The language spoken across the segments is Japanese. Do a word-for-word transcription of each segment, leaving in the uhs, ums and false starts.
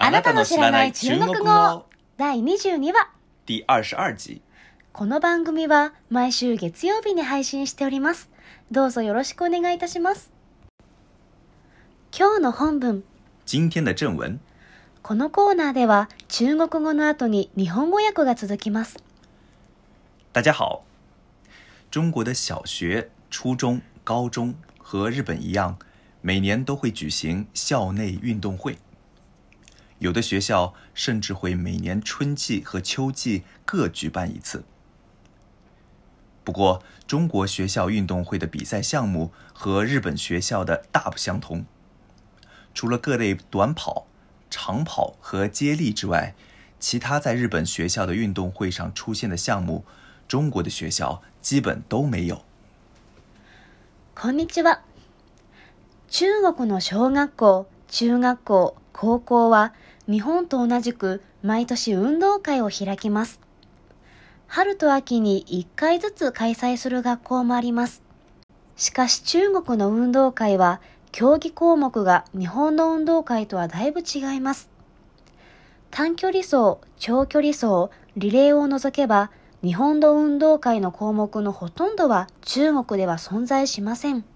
あなたの知らない中国語だいにじゅうにわ第二十二集。 この番組は毎週月曜日に配信しております。どうぞよろしくお願いいたします。今日の本文。 今天的正文。 このコーナーでは中国語の後に日本語訳が続きます。 大家好。中国的小学、初中、高中和日本一样，每年都会举行校内运动会。有的学校甚至会每年春季和秋季各举办一次。不过，中国学校运动会的比赛项目和日本学校的大不相同。除了各类短跑、长跑和接力之外，其他在日本学校的运动会上出现的项目，中国的学校基本都没有。 こんにちは。中国の小学校、中学校、高校は日本と同じく毎年運動会を開きます。春と秋にいっかいずつ開催する学校もあります。しかし中国の運動会は競技項目が日本の運動会とはだいぶ違います。短距離走、長距離走、リレーを除けば日本の運動会の項目のほとんどは中国では存在しません。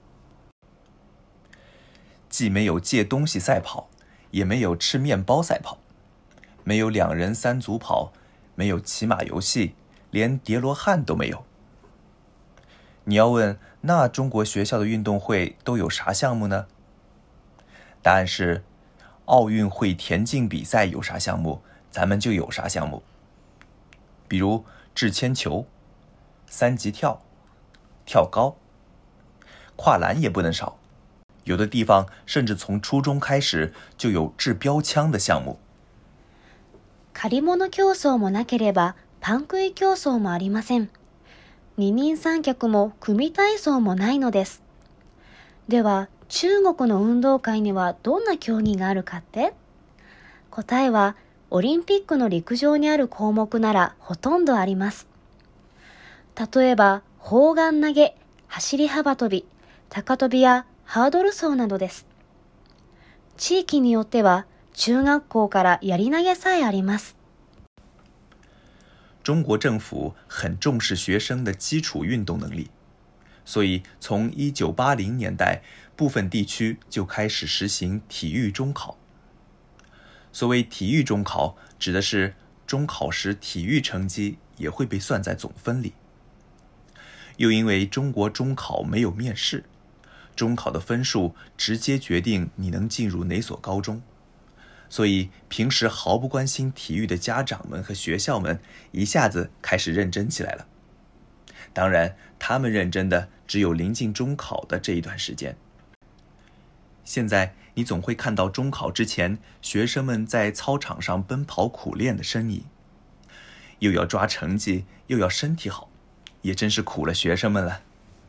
既没有借东西赛跑，也没有吃面包赛跑，没有两人三组跑，没有骑马游戏，连叠罗汉都没有。你要问，那中国学校的运动会都有啥项目呢？答案是，奥运会田径比赛有啥项目，咱们就有啥项目。比如掷铅球、三级跳、跳高、跨栏也不能少。有的地方甚至从初中开始就有掷标枪的项目。 借り物競争もなければパン食い競争もありません。二人三脚も組体操もないのです。では中国の運動会にはどんな競技があるかって？答えはオリンピックの陸上にある項目ならほとんどあります。例えば砲丸投げ、走り幅跳び、高跳びやハードル走などです。地域によっては中学校からやり投げさえあります。 中国政府很重视学生的基础运动能力，所以从一九八零年代，部分地区就开始实行体育中考。所谓体育中考，指的是中考时体育成绩也会被算在总分里。又因为中国中考没有面试，中考的分数直接决定你能进入哪所高中，所以平时毫不关心体育的家长们和学校们一下子开始认真起来了。当然，他们认真的只有临近中考的这一段时间。现在你总会看到中考之前学生们在操场上奔跑苦练的身影，又要抓成绩，又要身体好，也真是苦了学生们了。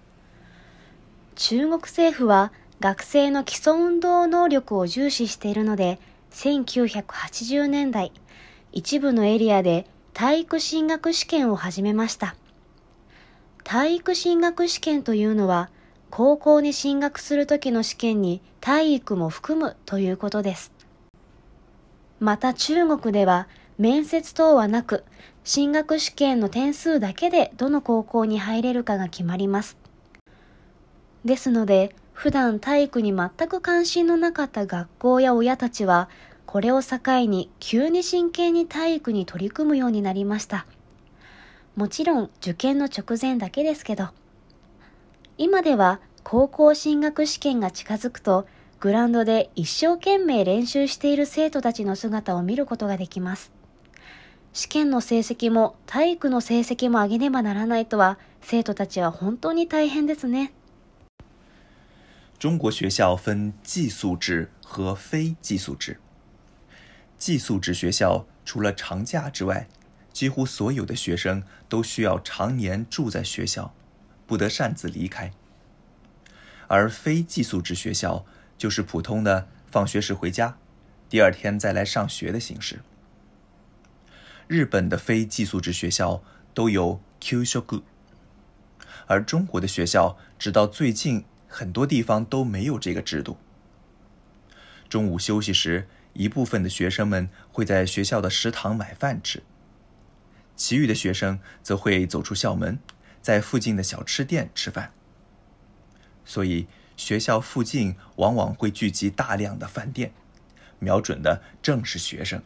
中国政府は学生の基礎運動能力を重視しているので、せんきゅうひゃくはちじゅうねんだい、一部のエリアで体育進学試験を始めました。体育進学試験というのは、高校に進学するときの試験に体育も含むということです。また中国では面接等はなく、進学試験の点数だけでどの高校に入れるかが決まります。ですので、普段体育に全く関心のなかった学校や親たちは、これを境に急に真剣に体育に取り組むようになりました。もちろん受験の直前だけですけど。今では高校進学試験が近づくと、グラウンドで一生懸命練習している生徒たちの姿を見ることができます。試験の成績も体育の成績も上げねばならないとは、生徒たちは本当に大変ですね。 中国学校分寄宿制和非寄宿制。寄宿制学校除了长假之外，几乎所有的学生都需要常年住在学校，不得擅自离开。而非寄宿制学校就是普通的放学时回家，第二天再来上学的形式。日本的非寄宿制学校都有給食，而中国的学校直到最近很多地方都没有这个制度。中午休息时， 一部分的学生们会在学校的食堂买饭吃，其余的学生则会走出校门，在附近的小吃店吃饭。所以学校附近往往会聚集大量的饭店，瞄准的正是学生。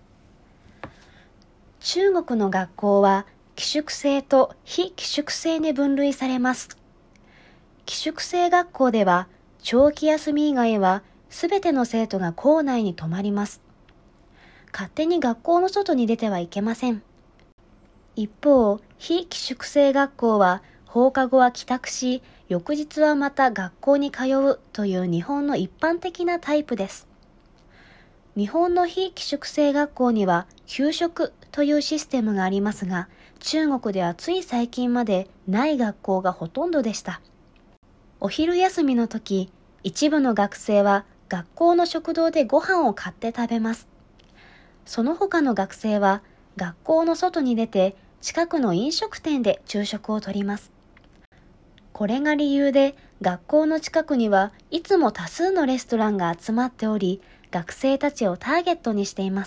中国の学校は寄宿制と非寄宿制に分類されます。寄宿制学校では長期休み以外はすべての生徒が校内に泊まります。勝手に学校の外に出てはいけません。一方、非寄宿制学校は放課後は帰宅し、翌日はまた学校に通うという日本の一般的なタイプです。日本の非寄宿制学校には給食というシステムがありますが、中国ではつい最近までない学校がほとんどでした。お昼休みの時、一部の学生は学校の食堂でご飯を買って食べます。その他の学生は学校の外に出て近くの飲食店で昼食をとります。これが理由で学校の近くにはいつも多数のレストランが集まっており、学生たちをターゲットにしています。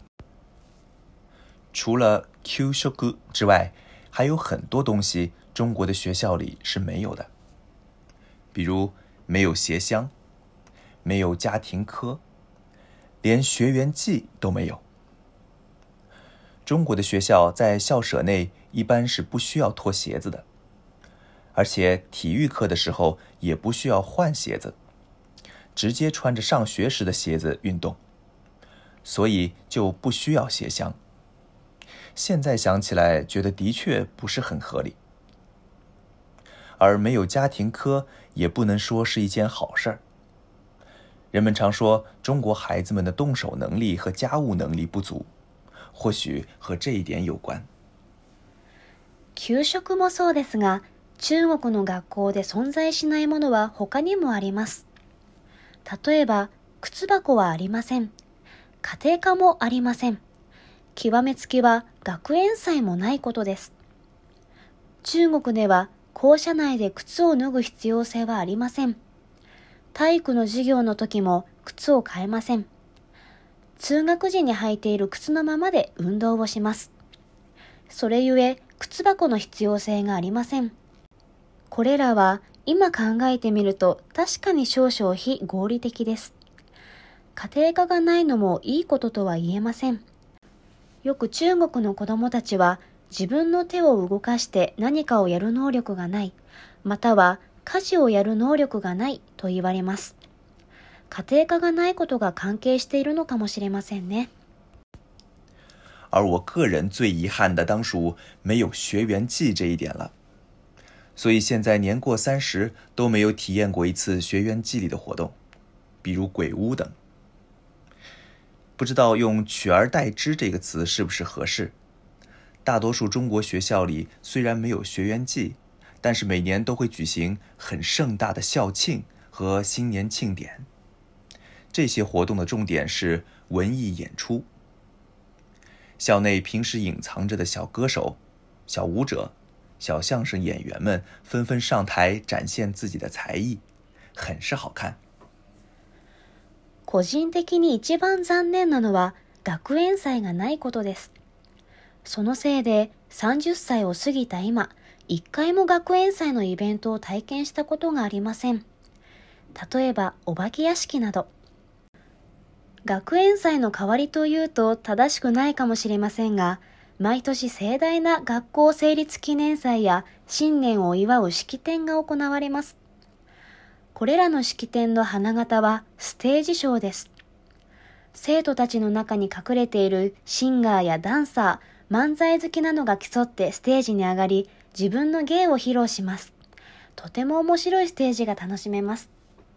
除了給食之外，还有很多东西中国的学校里是没有的，比如没有鞋箱，没有家庭科，连学员季都没有。中国的学校在校舍内一般是不需要脱鞋子的，而且体育课的时候也不需要换鞋子，直接穿着上学时的鞋子运动，所以就不需要鞋箱。现在想起来觉得的确不是很合理。而没有家庭科也不能说是一件好事儿。人们常说中国孩子们的动手能力和家务能力不足，或许和这一点有关。 給食もそうですが、中国の学校で存在しないものは他にもあります。例えば、靴箱はありません。家庭科もありません。極めつきは学園祭もないことです。中国では校舎内で靴を脱ぐ必要性はありません。体育の授業の時も靴を変えません。通学時に履いている靴のままで運動をします。それゆえ、靴箱の必要性がありません。これらは今考えてみると確かに少々非合理的です。家庭科がないのもいいこととは言えません。よく中国の子供たちは自分の手を動かして何かをやる能力がない、または家事をやる能力がないと言われます。家庭科がないことが関係しているのかもしれませんね。 而我个人最遗憾的当属没有学员季这一点了，所以现在年过三十都没有体验过一次学员季里的活动，比如鬼屋等。不知道用取而代之这个词是不是合适？大多数中国学校里虽然没有学员季，但是每年都会举行很盛大的校庆和新年庆典。这些活动的重点是文艺演出。校内平时隐藏着的小歌手、小舞者、小相声演员们纷纷上台展现自己的才艺，很是好看。 個人的に一番残念なのは学園祭がないことです。そのせいでさんじゅっさいを過ぎた今、一回も学園祭のイベントを体験したことがありません。例えばお化け屋敷など。学園祭の代わりというと正しくないかもしれませんが、毎年盛大な学校成立記念祭や新年を祝う式典が行われます。これらの式典の花形はステージショーです。生徒たちの中に隠れているシンガーやダンサー、漫才好きなどが競ってステージに上がり、自分の芸を披露します。とても面白いステージが楽しめます。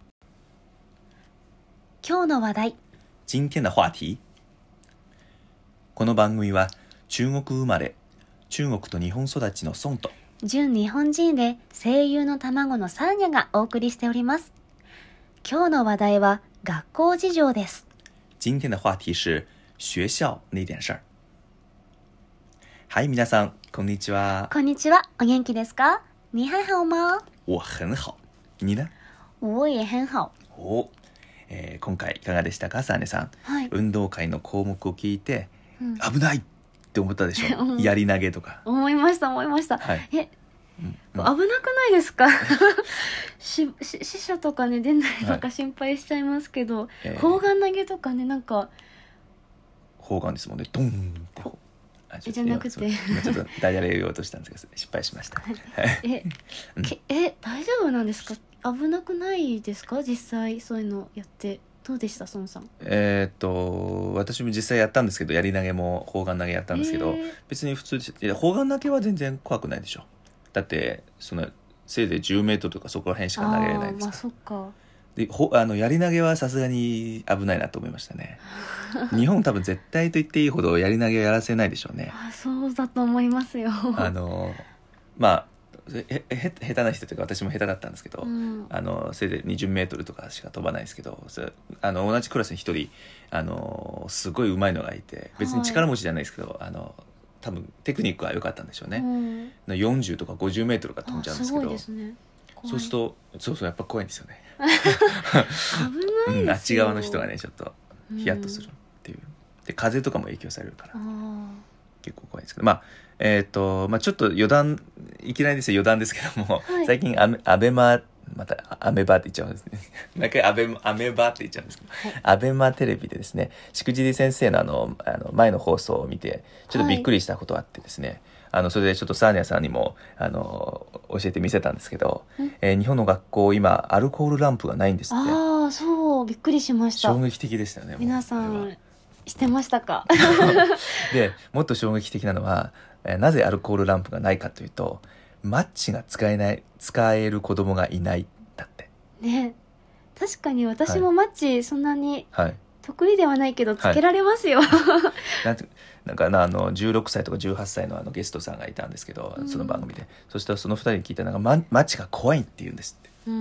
今日の話題。 今天的話題。この番組は中国生まれ、中国と日本育ちのソンと純日本人で声優の卵のサーニャがお送りしております。今日の話題は学校事情です。 今天的話題是學校那點事兒。はい、皆さん、こんにちは。 こんにちは。お元気ですか？你还好吗？ 我很好。你呢？ 我也很好。 お、 えー、今回いかがでしたか、サーネさん。 はい、 運動会の項目を聞いて、 うん、 危ないって思ったでしょうんやり投げとか。 思いました思いました、 はい、 え、 うん、 危なくないですかしし死者とかね出ないのか心配しちゃいますけど、はい、砲丸投げとかね、なんか砲丸ですもんね、ドーンってあじゃなくて今ちょっとダジャレ言おうとしたんですけど失敗しましたえ、うん、けえ大丈夫なんですか、危なくないですか、実際そういうのやってどうでした、孫さん。 えー、っと私も実際やったんですけど、やり投げも砲丸投げやったんですけど、別に普通で、いや砲丸投げは全然怖くないでしょ。だってそのせいぜいじゅうメートルとかそこら辺しか投げれないですから。 まあそっか。 でほあのやり投げはさすがに危ないなと思いましたね日本多分絶対と言っていいほどやり投げをやらせないでしょうね。 あ、そうだと思いますよあのまあへへ下手な人というか私も下手だったんですけど、 うん、 あのせいぜいにじゅうメートルとかしか飛ばないですけど、それあの同じクラスに一人あのすごい上手いのがいて、別に力持ちじゃないですけど、はい、あの多分テクニックは良かったんでしょうね、うん、よんじゅうとかごじゅうメートルが飛んじゃうんですけど、 すごいですね、 そうするとそうそうやっぱ怖いんですよね危ないですよ、 うん、あっち側の人がねちょっとヒヤッとするっていう、で風とかも影響されるから結構怖いんですけど、まあえっ、ー、とまあちょっと余談いきなりですよ余談ですけども、はい、最近アメアベマまたアメバって言っちゃうんですね毎回アベアメバって言っちゃうんですけど、はい、アベマテレビでですね、しくじり先生のあのあの前の放送を見てちょっとびっくりしたことがあってですね、はい、あのそれでちょっとサーニャさんにもあの教えてみせたんですけど、えー、日本の学校今アルコールランプがないんですって。 ああ、そう、びっくりしました。 衝撃的でしたね。 皆さんしてましたかでもっと衝撃的なのは、えー、なぜアルコールランプがないかというと、マッチが使えない使える子供がいないだってね。確かに私もマッチそんなに、 はい、 得意ではないけどつけられますよ、はい、なんてなんかなあのじゅうろくさいとかじゅうはっさいのあのゲストさんがいたんですけど、うん、その番組で、そしたらそのふたりに聞いたのが、マッチが怖いって言うんですって、うん、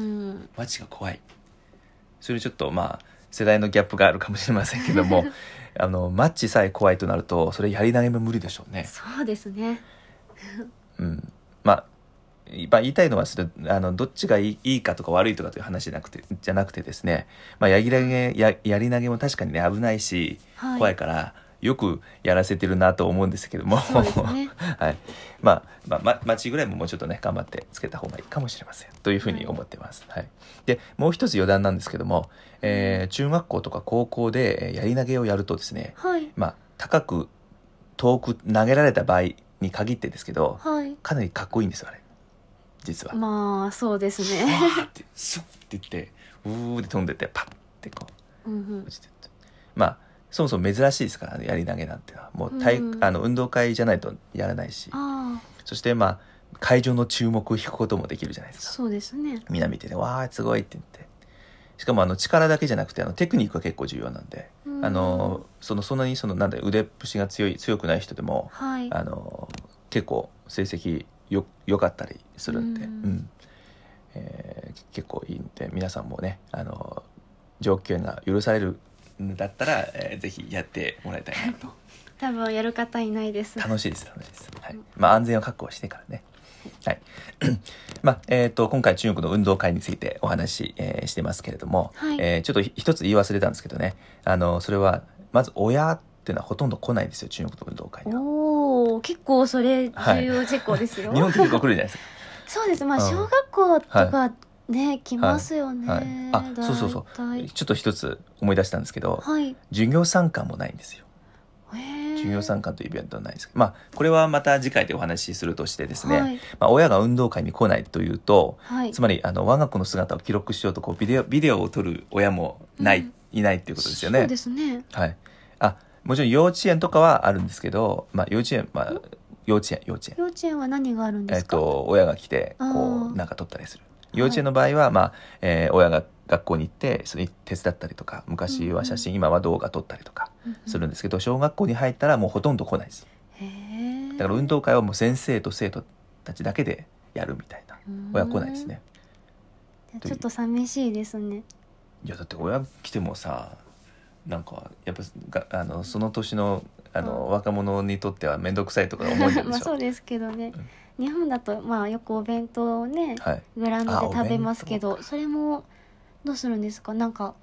マッチが怖い。それちょっとまあ世代のギャップがあるかもしれませんけどもあのマッチさえ怖いとなるとそれやり投げも無理でしょうね。 そうですねうん、まあまあ、言いたいのはそれあのどっちがいい、いいかとか悪いとかという話じゃなくてじゃなくてですね、まあ、やり投げや、やり投げも確かにね危ないし、はい、怖いからよくやらせてるなと思うんですけども、そうですねはい、まあ、まあ、まマッチぐらいももうちょっとね頑張ってつけた方がいいかもしれませんというふうに思ってます、はいはい、でもう一つ余談なんですけども、えー、中学校とか高校でやり投げをやるとですね、はい、まあ、高く遠く投げられた場合に限ってですけど、はい、かなりかっこいいんですよあれ実は。 まあそうですね。 わーってスッって言ってうーって飛んでってパッてこう、うんうん、落ちてって、まあそもそも珍しいですから、ね、やり投げなんてのはもう体、うん、あの運動会じゃないとやらないし、そしてまあ会場の注目を引くこともできるじゃないですか。そうですね。みんな見てね、わーすごいって言って、しかもあの力だけじゃなくてあのテクニックが結構重要なんで、うん、あのそのそんなにそのなんだ腕っぷしが強い強くない人でも、はい、あの結構成績よ良かったりするんで、うんうんえー、結構いいんで皆さんもねあの条件が許されるんだったら、えー、ぜひやってもらいたいなと多分やる方いないです。 楽しいです楽しいです、はい、まあ安全を確保してからね、はいまあえー、と今回中国の運動会についてお話し、えー、してますけれども、はいえー、ちょっと一つ言い忘れたんですけどね、あのそれはまず親っていうのはほとんど来ないんですよ中国の運動会には。 お結構それ重要事項ですよ、 はい、日本って結構来るじゃないですかそうですまあ小学校とかね、はい、来ますよね、はいはい、 あそうそうそうちょっと一つ思い出したんですけど、はい、授業参観もないんですよ。授業参観というイベントはないですけど、まあこれはまた次回でお話しするとしてですね、はいまあ、親が運動会に来ないというと、はい、つまりあの我が子の姿を記録しようとこうビデオビデオを撮る親もない、うん、いないっていうことですよね。 そうですね。 はい。あもちろん幼稚園とかはあるんですけど、まあ幼稚園まあ幼稚園幼稚園幼稚園は何があるんですか。 えっと親が来てこうなんか撮ったりする。幼稚園の場合はまあ、えー、親が学校に行ってそれに手伝ったりとか、昔は写真、うん、今は動画撮ったりとかするんですけど、うん、小学校に入ったらもうほとんど来ないです。へだから運動会はもう先生と生徒たちだけでやるみたいな。親来ないですね。 ちょっと寂しいですね。 いやだって親来てもさなんかやっぱがあのその年のあの若者にとっては面倒くさいとか思うんでしょまあそうですけどね、うん、日本だとまあよくお弁当をね、はい、グラウンドで食べますけどそれもどうするんですか。なんか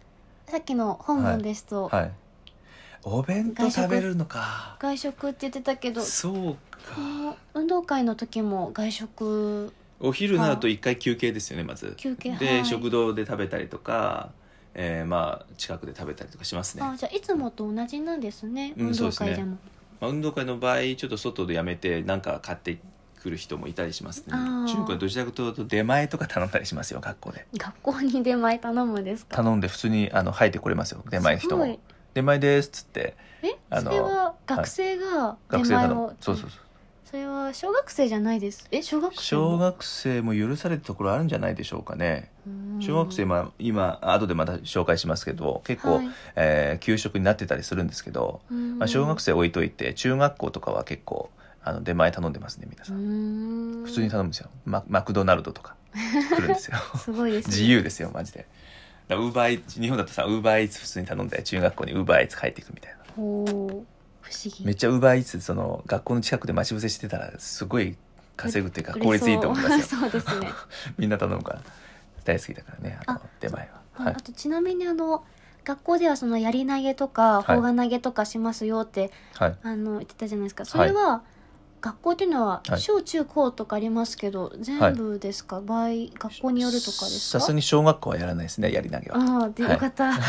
さっきの本文ですと、 はい、お弁当食べるのか。 外食って言ってたけど、 そうか。 この運動会の時も外食。 お昼になると一回休憩ですよね、まず。 休憩で、 はい、 食堂で食べたりとか、えー、まあ近くで食べたりとかしますね。 あ、じゃあいつもと同じなんですね、 うん、 運動会でも。 そうですね。まあ、運動会の場合ちょっと外でやめて何か買ってくる人もいたりしますね。中国はどちらかというと出前とか頼んだりしますよ、学校で。 学校に出前頼むんですか？ 頼んで普通にあの入ってこれますよ、出前の人も。出前ですっつって。 え、それは学生が出学生前を、 頼む。そうそうそう。 それは小学生じゃないです。え、小学生も小学生も許されるところあるんじゃないでしょうかね。小学生は今後でまた紹介しますけど、結構、はい、えー、給食になってたりするんですけど、まあ、小学生置いといて中学校とかは結構あの出前頼んでますね、皆さん。普通に頼むんですよ。 マ, マクドナルドとか来るんですよ。 すごいですね。 自由ですよマジで。ウーバーイーツ、日本だとさウーバーイーツ普通に頼んで中学校にウーバーイーツ帰っていくみたいな。 おー、不思議。 めっちゃウーバーイーツその学校の近くで待ち伏せしてたらすごい稼ぐっていうか効率いいと思いますよ。 そうですね。みんな頼むから大好きだからね、あの出前は。 はい、あとちなみにあの学校ではそのやり投げとか砲丸投げとかしますよって、はい、あの言ってたじゃないですか。それは、はい、学校っていうのは小中高とかありますけど、はい、全部ですか、場合学校によるとかですか？ さすがに小学校はやらないですね、やり投げは。 ああ、でよかった、はい、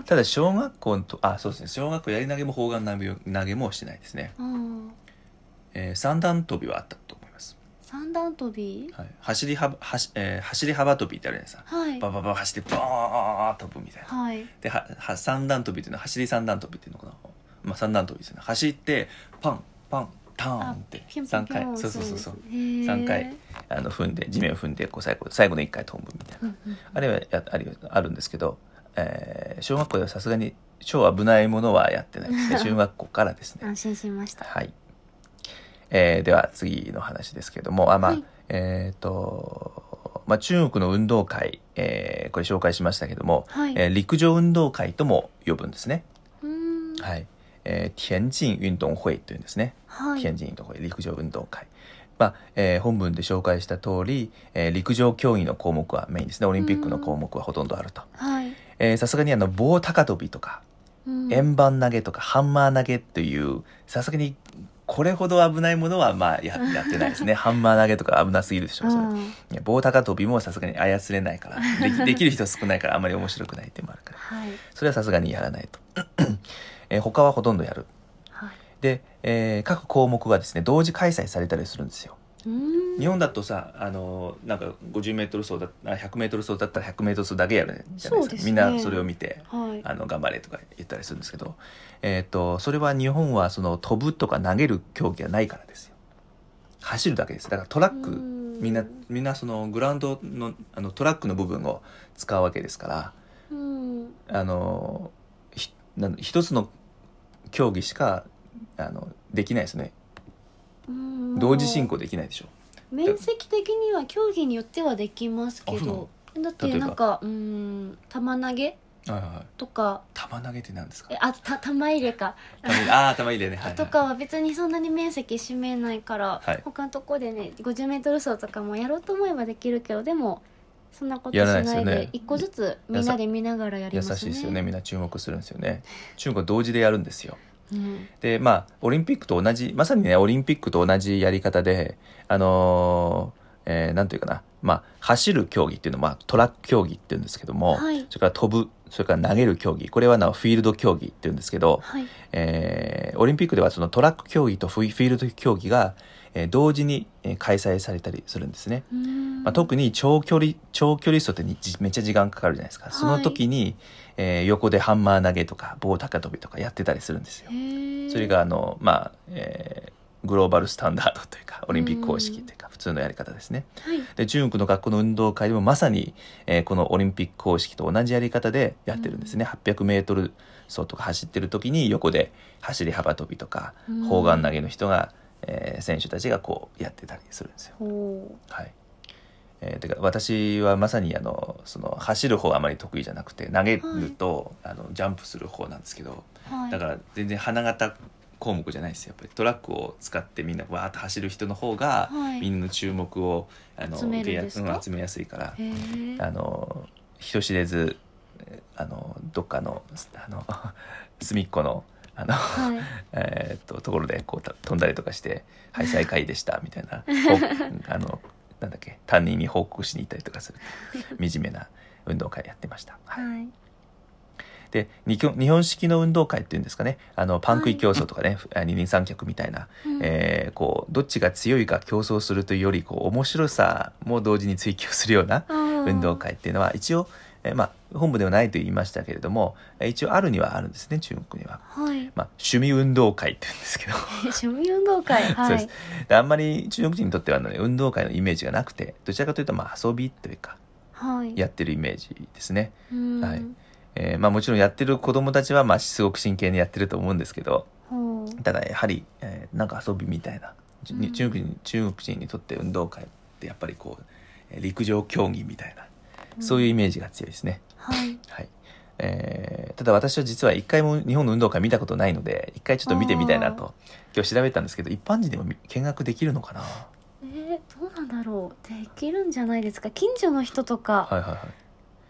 ただ小学校とあそうですね、小学校やり投げも砲丸投げ投げもしないですね。えー、三段跳びはあったと思います。 三段跳び、 はい、走り幅はし、えー、走り幅跳びってあるじゃないですか、はい、バババ走ってバーッ飛ぶみたいな、はい、ではは三段跳びっていうのは走り三段跳びっていうのかな、まあ、三段跳びですよね。走ってパンパンターンってさんかい、そうそうそうそう、さんかいあの踏んで地面を踏んでこう最後最後のいっかい飛ぶみたいな、うんうん、あれはやありあるんですけど、えー、小学校ではさすがに超危ないものはやってないですね。中学校からですね。 安心しました。 はい。えー、では次の話ですけれども、あ、まあ、はい、えっと、まあ、中国の運動会、えー、これ紹介しましたけども、はい、えー、陸上運動会とも呼ぶんですね。はい。えー、田径運動会というんですね。はい、田径運動会、陸上運動会。まあ、えー、本文で紹介した通り、えー、陸上競技の項目はメインですね。オリンピックの項目はほとんどあると。はい。えー、さすがにあの棒高跳びとか、円盤投げとかハンマー投げというさすがにこれほど危ないものはまあ や, やってないですね。ハンマー投げとか危なすぎるでしょう。それ棒高跳びもさすがに操れないからで き, できる人少ないからあんまり面白くないっていうのもあるから、はい、それはさすがにやらないと、えー、他はほとんどやる、はい、で、えー、各項目がですね同時開催されたりするんですよ。日本だとさ、あのなんか ごじゅうメートル 走だひゃくメートル走だったらひゃくメートル走だけやるじゃないですか。ですね、みんなそれを見て、はい、あの頑張れとか言ったりするんですけど、えー、とそれは日本はその飛ぶとか投げる競技がないからですよ。走るだけです。だからトラックみんなみんなそのグラウンド の, あのトラックの部分を使うわけですから、うんあのひ一つの競技しかあのできないですね。同時進行できないでしょ。 面積的には競技によってはできますけど、だってなんかうん玉投げとか、はいはい、 玉投げって何ですか？ えあた玉入れかあ玉入れね、はいはい、 とかは別にそんなに面積占めないから、はい、他のとこでね ごじゅうメートル 走とかもやろうと思えばできるけど、でもそんなことしないで一個ずつみんなで見ながらやりますね。 優しいですよね。みんな注目するんですよね。中国は同時でやるんですよ。うん、でまあオリンピックと同じまさにねオリンピックと同じやり方であのー、えー、なんていうかな、まあ走る競技っていうのは、まあ、トラック競技っていうんですけども、はい、それから飛ぶ、それから投げる競技、これはなフィールド競技っていうんですけど、はい、えー、オリンピックではそのトラック競技とフィールド競技が、えー、同時に開催されたりするんですね。まあ、特に長距離長距離走ってにめっちゃ時間かかるじゃないですか。その時に、はい、えー、横でハンマー投げとか棒高跳びとかやってたりするんですよ。それがあのまあ、えー、グローバルスタンダードというかオリンピック公式というか普通のやり方ですね。はい、で中国の学校の運動会でもまさに、えー、このオリンピック公式と同じやり方でやってるんですね。はっぴゃくメートル走とか走ってる時に横で走り幅跳びとか砲丸投げの人が、えー、選手たちがこうやってたりするんですよ。はい。えー、てか私はまさにあのその走る方はあまり得意じゃなくて投げると、はい、あのジャンプする方なんですけど、はい、だから全然花形項目じゃないですよ。やっぱりトラックを使ってみんなわーっと走る人の方が、はい、みんなの注目をあの集めるんですか？うん、集めやすいからあの人知れずえー、あのどっかのあの隅っこのあの、はい、えー、っとところでこう飛んだりとかして「はい最下位でした」みたいなあのなんだっけ担任に報告しに行ったりとかする惨めな運動会やってました。はい、はい、で日本式の運動会っていうんですかね、あのパン食い競争とかね、はい、二人三脚みたいな、うん、えー、こうどっちが強いか競争するというよりこう面白さも同時に追求するような運動会っていうのは一応、えーまあ、本部ではないと言いましたけれども一応あるにはあるんですね、中国には。はい、まあ、趣味運動会って言うんですけど趣味運動会、はい、 そうです。であんまり中国人にとっては、ね、運動会のイメージがなくてどちらかというとまあ遊びというか、はい、やってるイメージですね。はい、えーまあ、もちろんやってる子どもたちはまあすごく真剣にやってると思うんですけど、ただやはり、えー、なんか遊びみたいな、うん、中国人、中国人にとって運動会ってやっぱりこう陸上競技みたいな、うん、そういうイメージが強いですね。はいはい、えー、ただ私は実は一回も日本の運動会見たことないので一回ちょっと見てみたいなと今日調べたんですけど、一般人でも見学できるのかな。 えー、どうなんだろう。できるんじゃないですか。近所の人とか、 はいはいはい、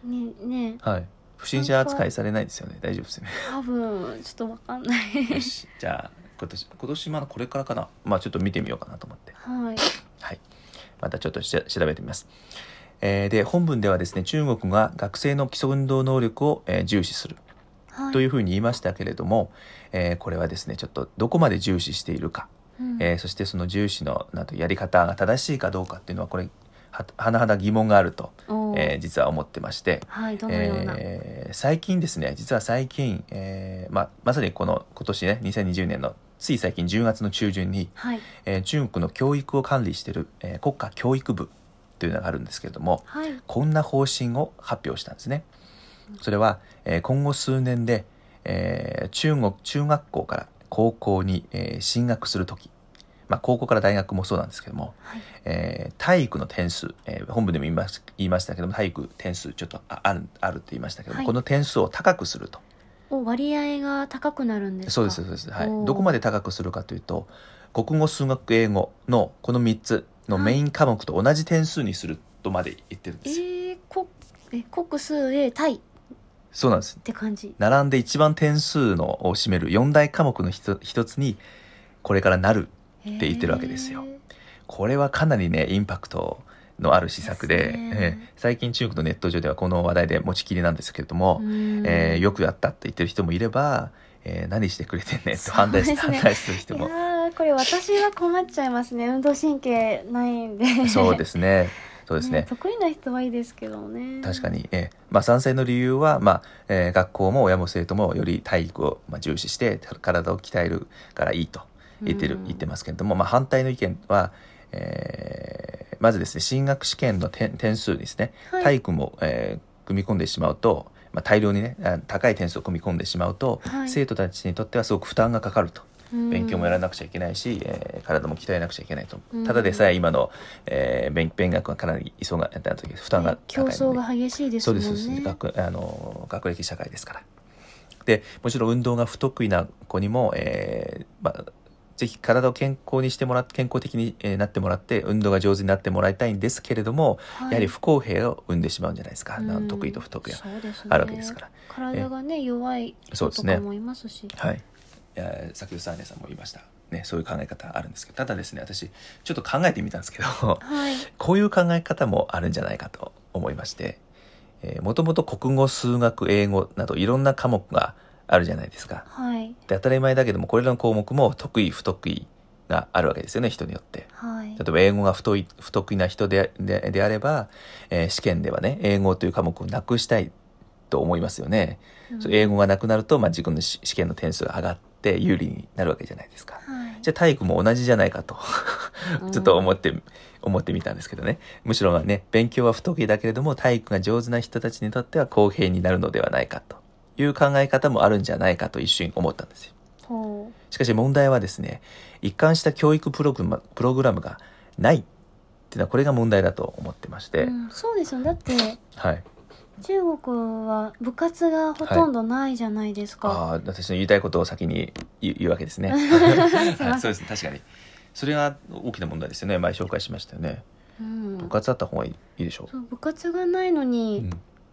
ねね、 はい、不審者扱いされないですよね。大丈夫ですよね。 多分ちょっと分かんないよし、じゃあ今年今年まだこれからかな、まあちょっと見てみようかなと思って、 はい、 はい、またちょっとし調べてみます。えー、で本文ではですね、中国が学生の基礎運動能力を、えー、重視する、はい、というふうに言いましたけれども、えー、これはですねちょっとどこまで重視しているか、うん、えー、そしてその重視のなんとやり方が正しいかどうかっていうのはこれは甚だ疑問があると、えー、実は思ってまして、 はい、どのような、 えー、最近ですね、実は最近、えーまあ、まさにこの今年ねにせんにじゅうねんのつい最近じゅうがつの中旬に、はい、えー、中国の教育を管理している、えー、国家教育部というのがあるんですけれども、はい、こんな方針を発表したんですね。それは、えー、今後数年で、えー、中国中学校から高校に、えー、進学するとき、まあ、高校から大学もそうなんですけども、はい、えー、体育の点数、えー、本部でも言いまし、言いましたけども体育点数ちょっとある、あると言いましたけども、はい、この点数を高くすると。 お割合が高くなるんですか。 そうですそうです、はい、どこまで高くするかというと国語数学英語のこのみっつのメイン科目と同じ点数にするとまで言ってるんですよ。 えー、こえ国数英体そうなんですって感じ。 並んで一番点数のを占めるよん大科目の一つにこれからなるって言ってるわけですよ。これはかなりねインパクトのある施策 で, で、えー、最近中国のネット上ではこの話題で持ちきりなんですけれども、えー、よくやったって言ってる人もいれば、えー、何してくれてんねんと反対、ね、反対する人も。 いやこれ私は困っちゃいますね。運動神経ないんでそうですねそうですね、 ね、得意な人はいいですけどね。 確かに、えーまあ、賛成の理由は、まあえー、学校も親も生徒もより体育を、まあ、重視して体を鍛えるからいいと言ってる、言ってますけれども、まあ、反対の意見は、えー、まずですね進学試験の 点, 点数ですね、はい、体育も、えー、組み込んでしまうと、まあ、大量にね高い点数を組み込んでしまうと、はい、生徒たちにとってはすごく負担がかかると。勉強もやらなくちゃいけないし、えー、体も鍛えなくちゃいけないと。ただでさえ今の、えー、勉, 勉学がかなり急がった時負担が高いので、 競争が激しいですもんね。 そうですそうです。学あの学歴社会ですから。でもちろん運動が不得意な子にも、えーまあ、ぜひ体を健康にしてもらって健康的になってもらって運動が上手になってもらいたいんですけれども、はい、やはり不公平を生んでしまうんじゃないですか。うん、得意と不得意があるわけですから。 体がね弱い人とかもいますし。 はい。先ほどサーネさんも言いましたね、そういう考え方あるんですけど、ただですね私ちょっと考えてみたんですけど、はい、こういう考え方もあるんじゃないかと思いまして、もともと国語数学英語などいろんな科目があるじゃないですか、はい、で当たり前だけどもこれらの項目も得意不得意があるわけですよね、人によって、はい、例えば英語が不得意、不得意な人 で, で, であれば、えー、試験ではね英語という科目をなくしたいと思いますよね、うん、英語がなくなると、まあ、自分の試験の点数が上がって有利になるわけじゃないですか、はい、じゃあ体育も同じじゃないかとちょっと思って、うん、思ってみたんですけどね、むしろね勉強は不得意だけれども体育が上手な人たちにとっては公平になるのではないかという考え方もあるんじゃないかと一瞬思ったんですよ。しかし問題はですね、一貫した教育プログラム、プログラムがないっていうのはこれが問題だと思ってまして、うん、 そうですよ。だって、はい、中国は部活がほとんどないじゃないですか、はい、 ああ、私の言いたいことを先に 言, 言うわけですねはい、そうですね、確かにそれが大きな問題ですよね。前紹介しましたよね、うん、部活あった方がいいでしょう。 そう部活がないのに、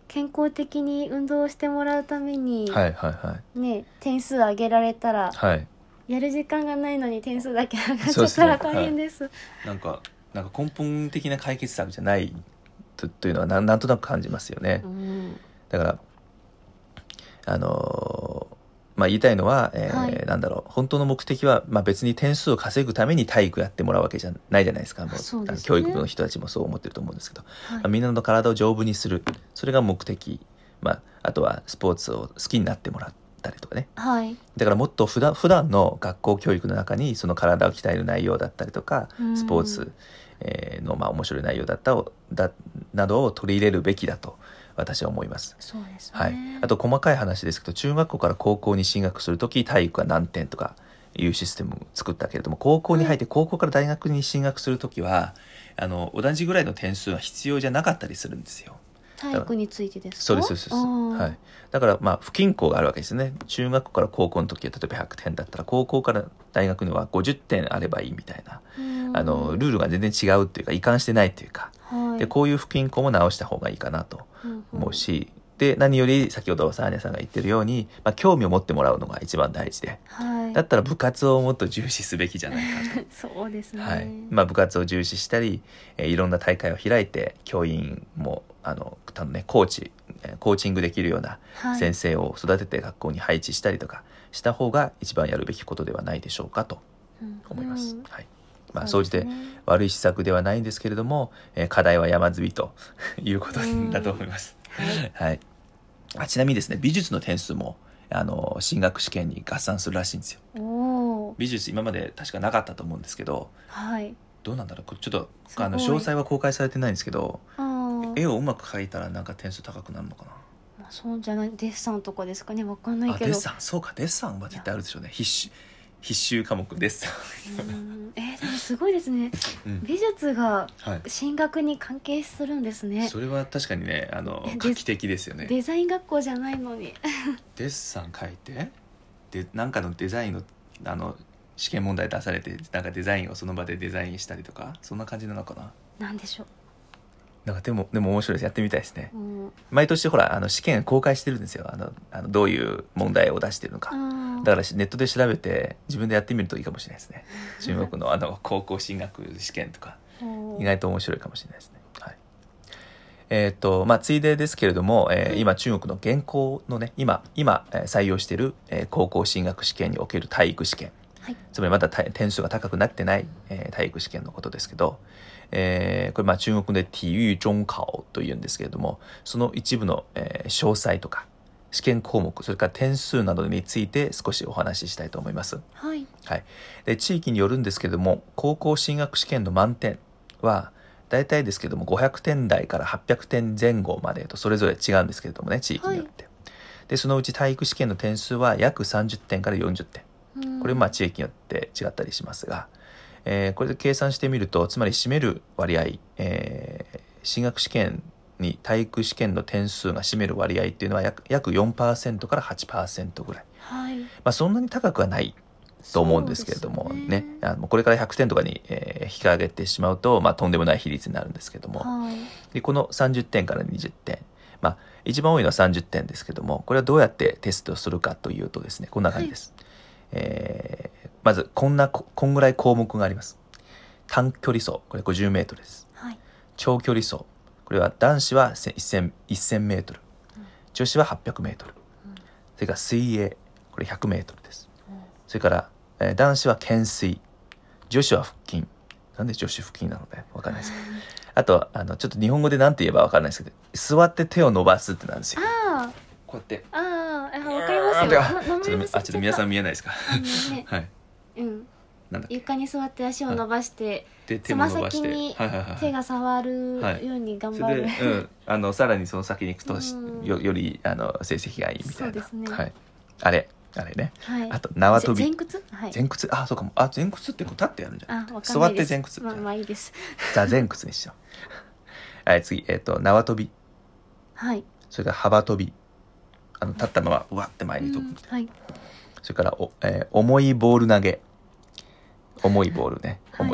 健康的に運動をしてもらうために、 はいはいはい。 ね、点数上げられたら、 はい。 やる時間がないのに点数だけ上がっちゃったら大変です。 はい、なんかなんか根本的な解決策じゃないと、というのはな ん, なんとなく感じますよね。 うん、 だからあのーまあ、言いたいのは、えーはい、なんだろう、本当の目的は、まあ、別に点数を稼ぐために体育やってもらうわけじゃないじゃないですか。もうそうですね、 教育部の人たちもそう思ってると思うんですけど、 はい、 まあ、みんなの体を丈夫にする、それが目的、まあ、あとはスポーツを好きになってもらったりとかね、 はい、 だからもっと普段普段の学校教育の中にその体を鍛える内容だったりとか、スポーツ、えー、のまあ面白い内容だったをだなどを取り入れるべきだと私は思います。 そうですね。 はい。あと細かい話ですけど、中学校から高校に進学するとき体育は何点とかいうシステムを作ったけれども、高校に入って高校から大学に進学するときは、はい、あの同じぐらいの点数は必要じゃなかったりするんですよ。 体育についてですか？ そうですそうです。はい。だからまあ不均衡があるわけですね。中学校から高校の時は例えばひゃくてんだったら、高校から大学にはごじゅってんあればいいみたいな、あのルールが全然違うっていうか、一貫してないっていうか、はい、でこういう不均衡も直した方がいいかなと思うし、うんうん、で何より先ほどサーニャさんが言ってるように、まあ、興味を持ってもらうのが一番大事で、はい、だったら部活をもっと重視すべきじゃないかとそうですね、 はい、まあ、部活を重視したり、えー、いろんな大会を開いて教員もあの多分ねコーチコーチングできるような先生を育てて学校に配置したりとかした方が一番やるべきことではないでしょうかと思います、うん、はい。まあ、そうして悪い施策ではないんですけれども、えー、課題は山積みということだと思います、はいはい、あちなみにですね、美術の点数もあの進学試験に合算するらしいんですよ。お美術今まで確かなかったと思うんですけど、はい、どうなんだろう、ちょっとあの詳細は公開されてないんですけど、絵をうまく描いたらなんか点数高くなるのかな。 まあ、そうじゃない、デッサンとかですかね、わかんないけど。 あデッサン、そうか、デッサンは絶対あるでしょうね。必修必修科目デッサンうんえー、でもすごいですね、うん、美術が進学に関係するんですね、はい、 それは確かにね、あの画期的ですよね。 デザイン学校じゃないのにデッサン描いてでなんかのデザインのあの試験問題出されて、なんかデザインをその場でデザインしたりとか、そんな感じなのかな。 なんでしょう。 なんかでもでも面白いです。やってみたいですね、うん、毎年ほらあの試験公開してるんですよ。あのあのどういう問題を出してるのか、だからネットで調べて自分でやってみるといいかもしれないですね中国のあの高校進学試験とか意外と面白いかもしれないですね、はい。えー、っとまあついでですけれども、えー、今中国の現行のね今今採用している、えー、高校進学試験における体育試験、はい、つまりまだ点数が高くなってない、えー、体育試験のことですけど、えー、これまあ中国で体育中考というんですけれども、その一部の、えー、詳細とか試験項目、それから点数などについて少しお話ししたいと思います、はいはい、で地域によるんですけれども、高校進学試験の満点は大体ですけどもごひゃくてん台からはっぴゃくてんぜん後までとそれぞれ違うんですけれどもね、地域によって、はい、でそのうち体育試験の点数は約さんじゅってんからよんじゅってん、これまあ地域によって違ったりしますが、えー、これで計算してみると、つまり占める割合、えー、進学試験に体育試験の点数が占める割合っていうのは 約, 約 よんパーセント から はちパーセント ぐらい、はいまあ、そんなに高くはないと思うんですけれども ね, ねあのこれからひゃくてんとかに、えー、引き上げてしまうと、まあ、とんでもない比率になるんですけども、はい、でこのさんじゅってんからにじゅってん、まあ、一番多いのはさんじゅってんですけども、これはどうやってテストするかというとですね、こんな感じです、はい。えー、まずこんなこんぐらい項目があります。短距離走、これごじゅうメートルです、はい、長距離走、これは男子はせんメートル、うん、女子ははっぴゃくメートル、うん、それから水泳、これひゃくメートルです、うん、それから、えー、男子は懸垂、女子は腹筋、なんで女子腹筋なのか分かんないですけど、うん、あとはあのちょっと日本語で何て言えば分かんないですけど、座って手を伸ばすってなんですよ。あこうやってああ分かりますよ。 あちょっとあちょっと皆さん見えないですかね、はいうんなんだ床に座って足を伸ばしてつま先に手が触るように頑張る、はい、それで、うん、 あのさらにその先に行くと、うん、よ, よりあの成績がいいみたいな、そうですね、はい、あれあれね、はい、あと縄跳び、 前屈、はい、 前屈、あそうかも、あ前屈ってこう立ってやるんじゃん、 あわかんないです、 座って前屈、 まあまあいいです、 座前屈にしようはい次、えっ、ー、と縄跳び、はい、それから幅跳び、あの立ったままうわって前に飛ぶみたいな、うんはい、それからお、えー、重いボール投げ、重いボールね、重いボール、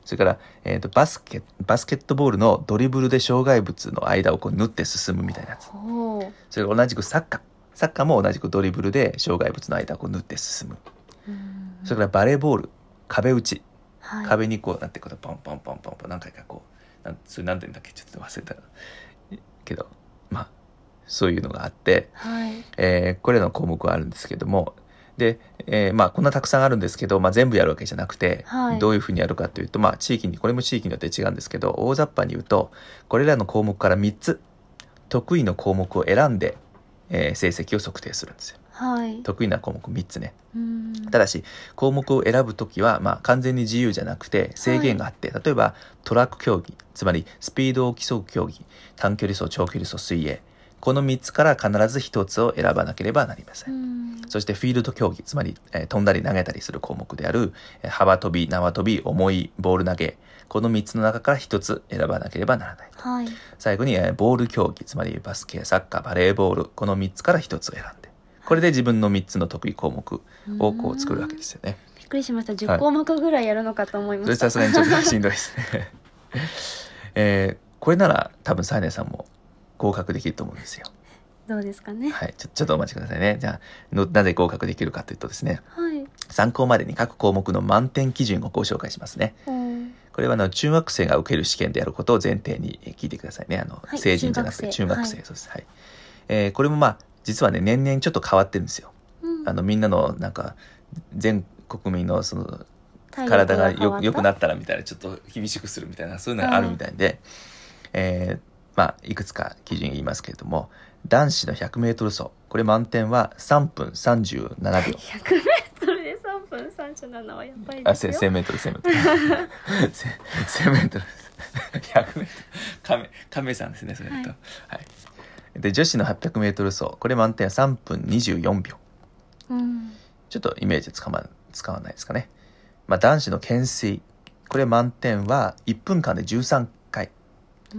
それから、えー、とバスケバスケットボールのドリブルで障害物の間をこう縫って進むみたいなやつ。それから同じくサッカーサッカーも同じくドリブルで障害物の間をこう縫って進む。それからバレーボール壁打ち、はい、壁にこうなってこうポンポンポンポンポン何回かこうなんそれ何て言うんだっけちょっと忘れたけどまあそういうのがあって、はい、えー、これらの項目はあるんですけどもで、えー、まあこんなたくさんあるんですけど、まあ、全部やるわけじゃなくて、はい、どういうふうにやるかというと、まあ、地域にこれも地域によって違うんですけど大雑把に言うとこれらの項目からみっつ得意の項目を選んで、えー、成績を測定するんですよ、はい、得意な項目みっつね。うんただし項目を選ぶときは、まあ、完全に自由じゃなくて制限があって、はい、例えばトラック競技つまりスピードを競う競技短距離走長距離走水泳このみっつから必ずひとつを選ばなければなりません。うんそしてフィールド競技つまり、えー、飛んだり投げたりする項目である、えー、幅跳び縄跳び重いボール投げこのみっつの中からひとつ選ばなければならない、はい、最後に、えー、ボール競技つまりバスケサッカーバレーボールこのみっつからひとつを選んでこれで自分のみっつの得意項目をこう作るわけですよね。 びっくりしました。じゅっこうもくぐらいやるのかと思いました。 それさすがにちょっとしんどいですね、えー、これなら多分サイネさんも合格できると思うんですよ。 どうですかね。 はい、ちょ、ちょっとお待ちくださいね。じゃあのなぜ合格できるかというとですね、はい、参考までに各項目の満点基準をご紹介しますね。これはあの中学生が受ける試験であることを前提に聞いてくださいね。あの、はい、成人じゃなくて中学生、はい、そうです。はい。えー、これもまあ実はね年々ちょっと変わってるんですよ。うん、あのみんなのなんか全国民のその体がよ良くなったらみたいなちょっと厳しくするみたいなそういうのがあるみたいで、はい、えー、まあいくつか基準言いますけれども。男子の ひゃくメートル 走これ満点はさんぷんさんじゅうななびょう。 ひゃくメートルでさんぷんさんじゅうななはやっぱりですよ。 あ、せんメートルせんメートルせんメートルひゃくメートル亀亀さんですねそれと、はいはい、で女子の はっぴゃくメートル 走これ満点はさんぷんにじゅうよんびょう、うん、ちょっとイメージつかま使わないですかね。まあ、男子の懸垂これ満点はいっぷんかんでじゅうさんかい、うん、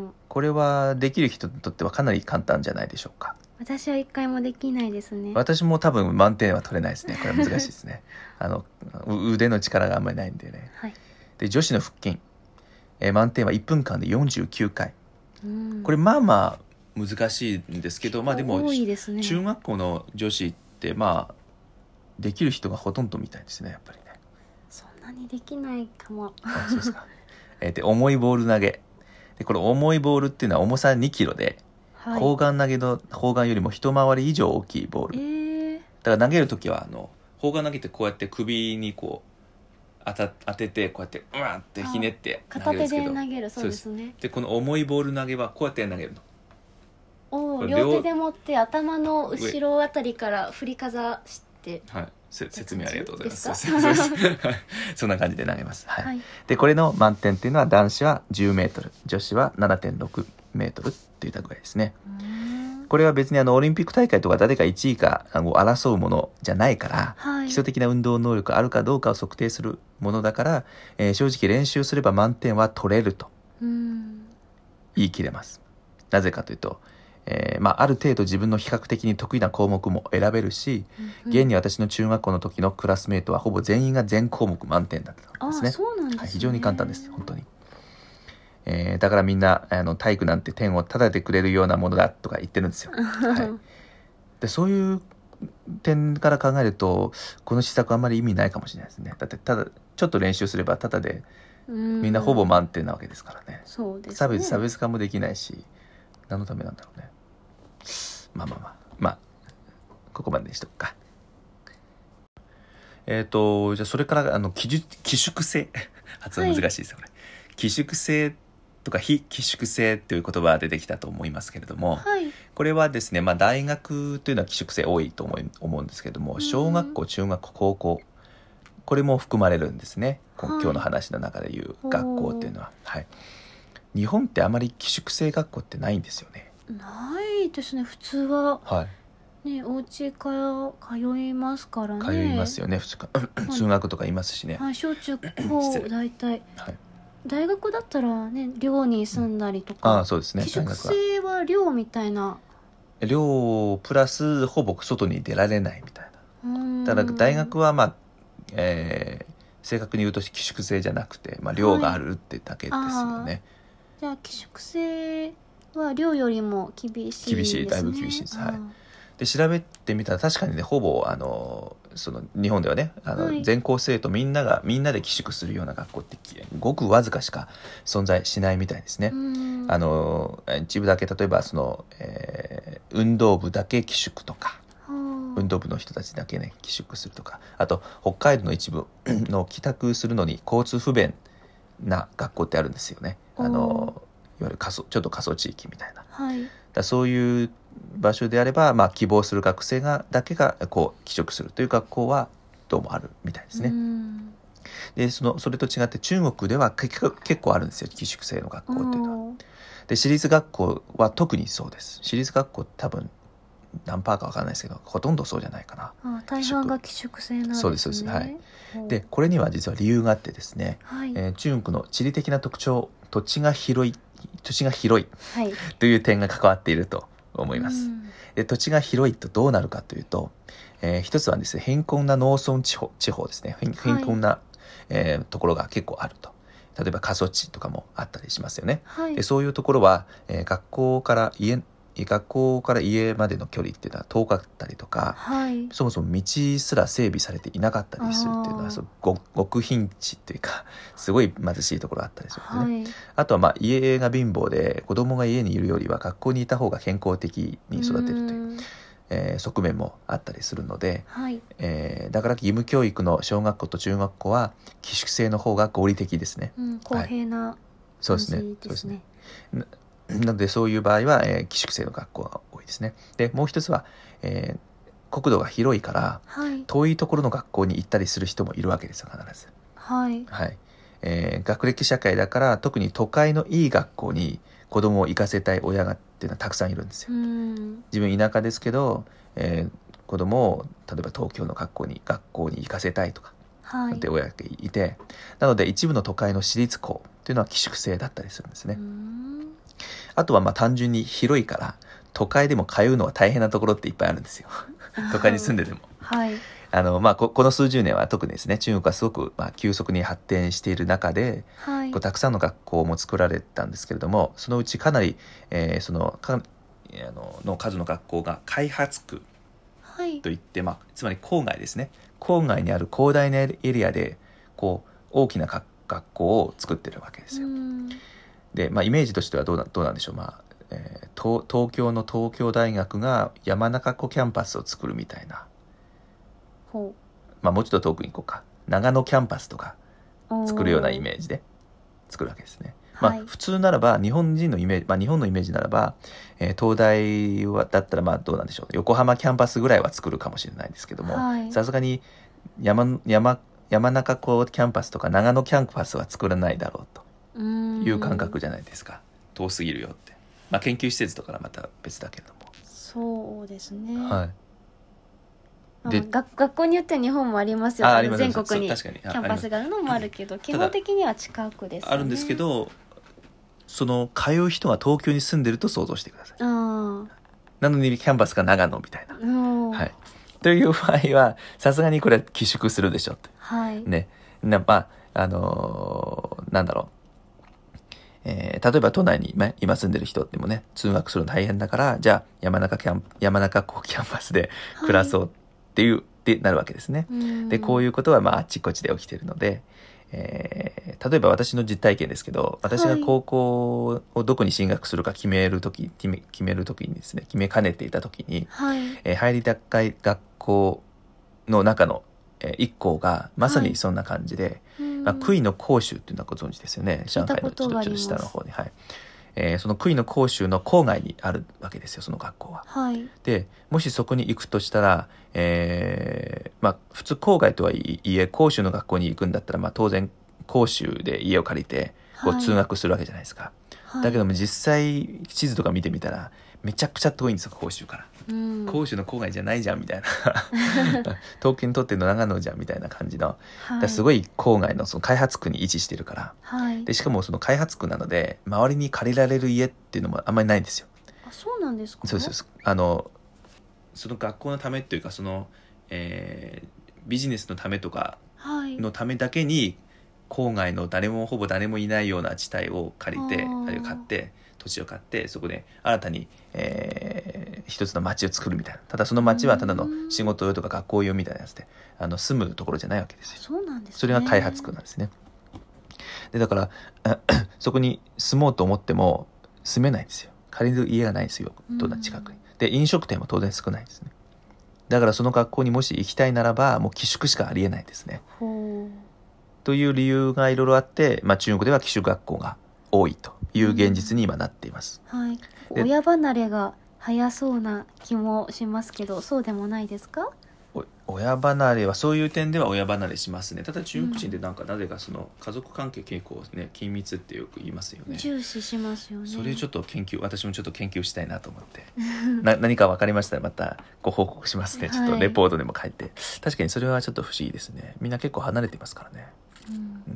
これはできる人にとってはかなり簡単じゃないでしょうか。 私は一回もできないですね。 私も多分満点は取れないですね。これは難しいですねあの腕の力があんまりないんでね、はい、で女子の腹筋、えー、満点はいっぷんかんでよんじゅうきゅうかい、うん、これまあまあ難しいんですけどまあでも多いですね。中学校の女子ってまあできる人がほとんどみたいですねやっぱりね。 そんなにできないかも。 あそうですかえー、で重いボール投げでこれ重いボールっていうのは重さにキロで、はい、砲丸投げの砲丸よりも一回り以上大きいボール、えー、だから投げるときはあの砲丸投げてこうやって首にこう当た当ててこうやってうわーってひねって投げるんですけど片手で投げるそうですね。 でこの重いボール投げはこうやって投げるの。 お両手で持って頭の後ろあたりから振りかざして、 はい、説明ありがとうございます。そんな感じで投げます。はいはい、でこれの満点っていうのは男子はじゅうメートル、女子は ななてんろくメートルっていったぐらいですね。これは別にあのオリンピック大会とか誰かいちいかあの争うものじゃないから、はい、基礎的な運動能力あるかどうかを測定するものだから、えー、正直練習すれば満点は取れると言い切れます。なぜかというとえーまあ、ある程度自分の比較的に得意な項目も選べるし、うん、現に私の中学校の時のクラスメートはほぼ全員が全項目満点だったんですね。 あ、そうなんですね。 はい、非常に簡単です本当に、えー、だからみんなあの体育なんて点をただでくれるようなものだとか言ってるんですよ、はい、でそういう点から考えるとこの施策あんまり意味ないかもしれないですね。だってただちょっと練習すればただでみんなほぼ満点なわけですからね。 そうですね。 差別差別化もできないし何のためなんだろうね。まあまあまあまあここまでにしとくか。えっ、ー、とじゃあそれからあの寄宿制発音難しいですよ、はい、これ寄宿制とか非寄宿制という言葉が出てきたと思いますけれども、はい、これはですね、まあ、大学というのは寄宿制多いと思い思うんですけれども、小学校中学校高校これも含まれるんですね、はい、今日の話の中でいう学校っていうのは、はい、日本ってあまり寄宿制学校ってないんですよね。 ないですね。普通は、はいね、お家から通いますからね。 通いますよね普通か通学とかいますしね、 はい、小中高大体、はい、大学だったらね寮に住んだりとか、うん、ああそうですね。寄宿制は寮みたいな、 寮プラスほぼ外に出られないみたいな。だから大学はまあ、えー、 正確に言うと寄宿制じゃなくて、まあ、寮があるってだけですよね。 じゃあ寄宿制は寮よりも厳しいですね。 厳しい、だいぶ厳しいです。はい。 あで調べてみたら確かにね、ほぼあのその日本ではね、あの、 はい全校生徒みんながみんなで寄宿するような学校ってごくわずかしか存在しないみたいですね。 うんあの一部だけ、例えばその、えー運動部だけ寄宿とか、 はあ運動部の人たちだけね寄宿するとか、あと北海道の一部の帰宅するのに交通不便な学校ってあるんですよね。あのいわゆる過疎、ちょっと過疎地域みたいな。 はいだそういう場所であれば、まあ、希望する学生がだけがこう帰宿するという学校はどうもあるみたいですね。 うんでそのそれと違って中国では結構結構あるんですよ、寄宿制の学校っていうのは。 おーで私立学校は特にそうです。私立学校多分何パーか分からないですけど、ほとんどそうじゃないかな。 あ大半が寄宿制なんですね。 そうですそうですはいほうでこれには実は理由があってですね、 はい、 えー中国の地理的な特徴、土地が広い土地が広いはいという点が関わっていると思います。 うんで土地が広いとどうなるかというと、えー一つはですね、貧困な農村地方地方ですね、貧貧困な、えーところが結構あると。例えば過疎地とかもあったりしますよね。 はいでそういうところは、えー学校から家学校から家までの距離っていうのは遠かったりとか、 はいそもそも道すら整備されていなかったりするっていうのあーは、そうご極貧地っていうかすごい貧しいところがあったりするんでね。 はいあとはまあ家が貧乏で子供が家にいるよりは学校にいた方が健康的に育てるという、 うんえー側面もあったりするので、 はいえーだから義務教育の小学校と中学校は寄宿制の方が合理的ですね。 うん、公平な感そうですねじですね。 ななのでそういう場合は、えー寄宿制の学校が多いですね。でもう一つは、えー国土が広いからはい遠いところの学校に行ったりする人もいるわけですよ、必ず。 はいはいえー学歴社会だから特に都会のいい学校に子供を行かせたい親がっていうのはたくさんいるんですよ。 うん自分田舎ですけど、えー子供を例えば東京の学校に学校に行かせたいとかはいって親がいて、なので一部の都会の私立校っていうのは寄宿制だったりするんですね。 うんあとはまあ単純に広いから都会でも通うのは大変なところっていっぱいあるんですよ。都会に住んでても。 はいあのまあここの数十年は特にですね、中国はすごくまあ急速に発展している中で、 はいこうたくさんの学校も作られたんですけれども、そのうちかなり、えーそのかあのの数の学校が開発区はいといって、まあ、つまり郊外ですね、郊外にある広大なエリアでこう大きなか学校を作ってるわけですよ。 うんで、まあ、イメージとしてはどうなどうなんでしょう、まあえー東東京の東京大学が山中湖キャンパスを作るみたいな、 ほまあ、もうちょっと遠くに行こうか、長野キャンパスとかう作るようなイメージで作るわけですね。まあ、普通ならば日本人のイメージ、まあ、日本のイメージならば、えー東大はだったらまあどうなんでしょう、横浜キャンパスぐらいは作るかもしれないですけども、 はいさすがに山山山中湖キャンパスとか長野キャンパスは作らないだろうとうんいう感覚じゃないですか。遠すぎるよって、まあ、研究施設とかはまた別だけれども、 そうですね。 はいまあで学学校によっては日本もありますよ。あのああります全国にそう確かにキャンパスがあるのもあるけど、基本的には近くですよね。 あるんですけど、その通う人が東京に住んでると想像してください。 あなのにキャンパスが長野みたいな、 あ、うんはい、という場合はさすがにこれは寄宿するでしょってはい。 ね。なまああのーなんだろう、えー例えば都内に今今住んでる人でもね、通学するの大変だから、じゃあ山中キャン山中湖キャンパスで暮らそうっていう、ってなるわけですね。でこういいうことはまああっちこっちで起きているので、えー例えば私の実体験ですけど、私が高校をどこに進学するか決めるとき、決め決めるときにですね、決めかねていたときに、 はい。 えー入りたい学校の中の、えー一校がまさにそんな感じで、 うんまあ、杭の広州っていうのはご存知ですよね。上海のちょっとちょっと下の方に、はいえーその杭の広州の郊外にあるわけですよ、その学校は。 はい。 でもしそこに行くとしたら、えーまあ、普通郊外とはいえ広州の学校に行くんだったら、まあ、当然広州で家を借りてこうはい通学するわけじゃないですか、 はい、 だけども実際地図とか見てみたらめちゃくちゃ遠いんですよ、広州から。 うん、 広州の郊外じゃないじゃんみたいな東京にとっての長野じゃんみたいな感じの、 はい、 だからすごい郊外のその開発区に位置してるから、 はい、 でしかもその開発区なので周りに借りられる家っていうのもあんまりないんですよ。 あ、そうなんですか。 そうです。あのその学校のためっていうか、その、えービジネスのためとかはい、 のためだけに郊外の誰もほぼ誰もいないような地帯を借りて、あるいは買って土地を買ってそこで新たに、えー、一つの町を作るみたいな。ただその町はただの仕事用とか学校用みたいなやつで、あの住むところじゃないわけですよ。 そうなんですね。 それが開発区なんですね。でだからそこに住もうと思っても住めないんですよ。借りる家がないんですよ、どんな近くに。で飲食店も当然少ないんですね。だからその学校にもし行きたいならばもう寄宿しかありえないんですね。 ほう。 という理由がいろいろあって、まあ、中国では寄宿学校が多いという現実に今なっています、 うん、はい。 で親離れが早そうな気もしますけど、そうでもないですか？ お親離れはそういう点では親離れしますね。ただ中国人ってなんかなぜかその家族関係結構ね緊密ってよく言いますよね。 重視しますよね。 それちょっと研究私もちょっと研究したいなと思ってな何か分かりましたらまたご報告しますね。ちょっとレポートでも書いて、はい、確かにそれはちょっと不思議ですね。みんな結構離れてますからね。うんうん、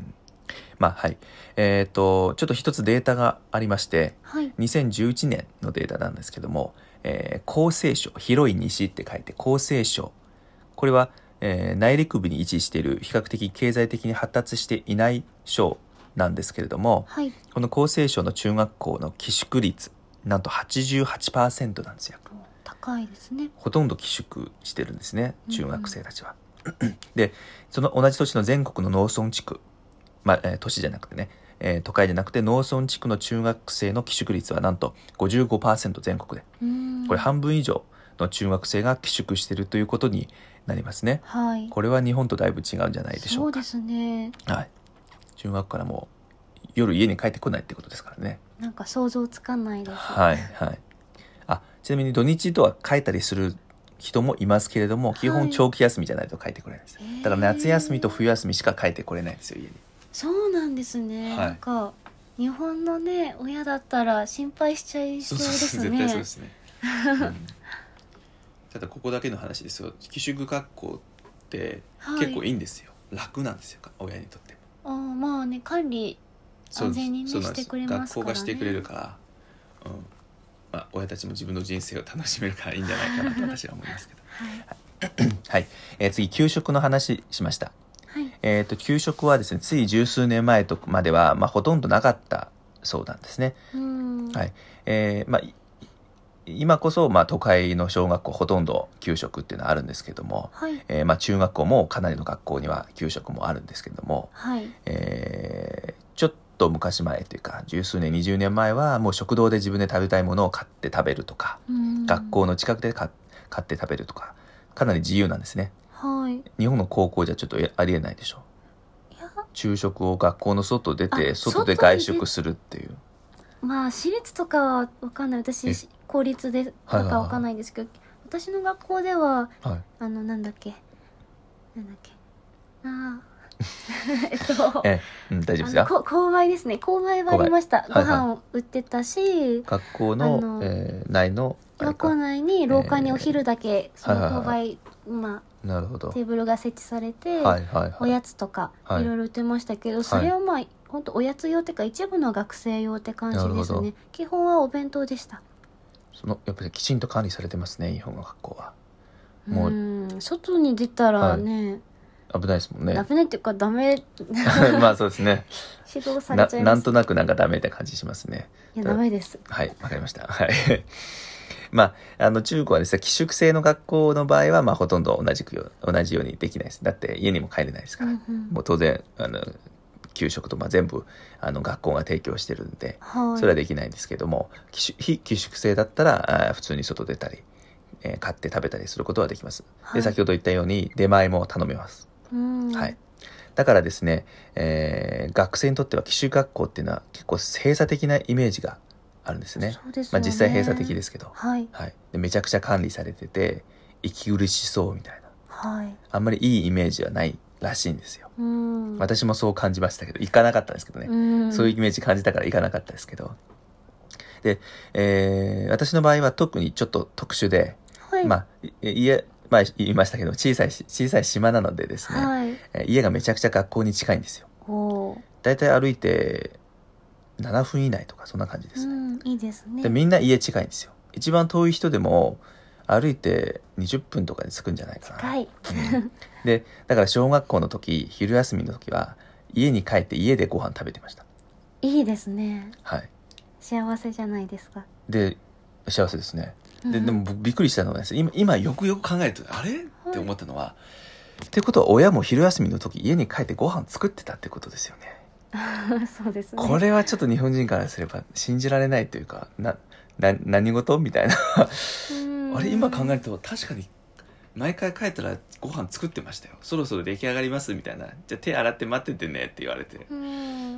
まあはいえー、とちょっと一つデータがありまして、 はい、 にせんじゅういちねんのデータなんですけども、えー、江西省、広い西って書いて江西省、これは、えー、内陸部に位置している比較的経済的に発達していない省なんですけれども、 はい、 この江西省の中学校の寄宿率なんと はちじゅうはちパーセント なんですよ。 高いですね。 ほとんど寄宿してるんですね、中学生たちは、うん、でその同じ年の全国の農村地区、まあ、えー、都市じゃなくてね、えー、都会じゃなくて農村地区の中学生の寄宿率はなんと ごじゅうごパーセント 全国で、これ半分以上の中学生が寄宿しているということになりますね、 はい、 これは日本とだいぶ違うんじゃないでしょうか。 そうですね、 はい、中学からもう夜家に帰ってこないってことですからね。 なんか想像つかないです。 はいはい。あ、ちなみに土日とは帰ったりする人もいますけれども、基本長期休みじゃないと帰ってこれないです、はい、だから夏休みと冬休みしか帰ってこれないんですよ、家に。 そうなんですね、はい、なんか日本のね親だったら心配しちゃいそうですね。 そうそうそう、絶対そうですね、うん、ただここだけの話ですよ、寄宿学校って結構いいんですよ、はい、楽なんですよ、親にとっても。 あ、まあね、管理安全に、ね、してくれますからね。 学校がしてくれるから、うん、まあ、親たちも自分の人生を楽しめるからいいんじゃないかなと私は思いますけどはい、はいえー、次給食の話しました、はい、えー、と給食はですね、つい十数年前とまでは、まあ、ほとんどなかったそうなんですね。うん、はいえーまあ、今こそ、まあ、都会の小学校ほとんど給食っていうのはあるんですけども、はいえーまあ、中学校もかなりの学校には給食もあるんですけども、はいえー、ちょっと昔前というか十数年にじゅうねんまえはもう食堂で自分で食べたいものを買って食べるとか、学校の近くで買って食べるとかかなり自由なんですね、はい、日本の高校じゃちょっとありえないでしょ。いや昼食を学校の外出て外で外食するっていう。まあ私立とかは分かんない、私公立でとか分かんないんですけど、はいはいはい、私の学校では、はい、あのなんだっけなんだっけあえっと、 えうん、大丈夫ですよ。 購買ですね。購買はありました。ご飯を売ってたし、はいはい、 学校の、えー、内の学校内に廊下にお昼だけ、えー、その購買、はいはいはい、まあなるほど、 テーブルが設置されて、はいはいはい、おやつとか、はい、いろいろ売ってましたけど、それはまあ、はい、本当おやつ用っていうか一部の学生用って感じですね。基本はお弁当でした。 そのやっぱりきちんと管理されてますね、日本の学校は。 もううん外に出たらね。はい危ないですもんね。 危ないっていうかダメまあそうですね。 指導されちゃいます、ね、 な, なんとなくなんかダメって感じしますね。 いやダメです。 はいわかりました。はい。まああの中国はですね、寄宿制の学校の場合はまあほとんど同じく同じようにできないです。だって家にも帰れないですから、うんうん、もう当然あの給食とまあ全部あの学校が提供してるんで、はい、それはできないんですけども、非寄宿制だったらあ普通に外出たり、えー、買って食べたりすることはできます。で先ほど言ったように出前も頼めます。はい、だからですね、えー、学生にとっては寄宿学校っていうのは結構閉鎖的なイメージがあるんですね。 そうですよね。 まあ、実際閉鎖的ですけど、 はいはい、でめちゃくちゃ管理されてて息苦しそうみたいな、 はい、 あんまりいいイメージはないらしいんですよ。うん私もそう感じましたけど行かなかったんですけどね、うんそういうイメージ感じたから行かなかったですけど、で、えー、私の場合は特にちょっと特殊で、はい、まあ家まあ、言いましたけど小さい小さい島なのでですね、はい、家がめちゃくちゃ学校に近いんですよ。だいたい歩いてななふん以内とかそんな感じですね。 うんいいですね。 でみんな家近いんですよ。一番遠い人でも歩いてにじゅっぷんとかで着くんじゃないかな。 近い。 うん、でだから小学校の時昼休みの時は家に帰って家でご飯食べてました。 いいですね。 はい。 幸せじゃないですか。 で幸せですね。で、 うん、 でもびっくりしたのはですね、今今よくよく考えるとあれって思ったのは、ってことは親も昼休みの時家に帰ってご飯作ってたってことですよね。 そうですね。 これはちょっと日本人からすれば信じられないというか、なな何事みたいなあれ今考えると確かに毎回帰ったらご飯作ってましたよ。そろそろ出来上がりますみたいな、じゃあ手洗って待っててねって言われて、 うん、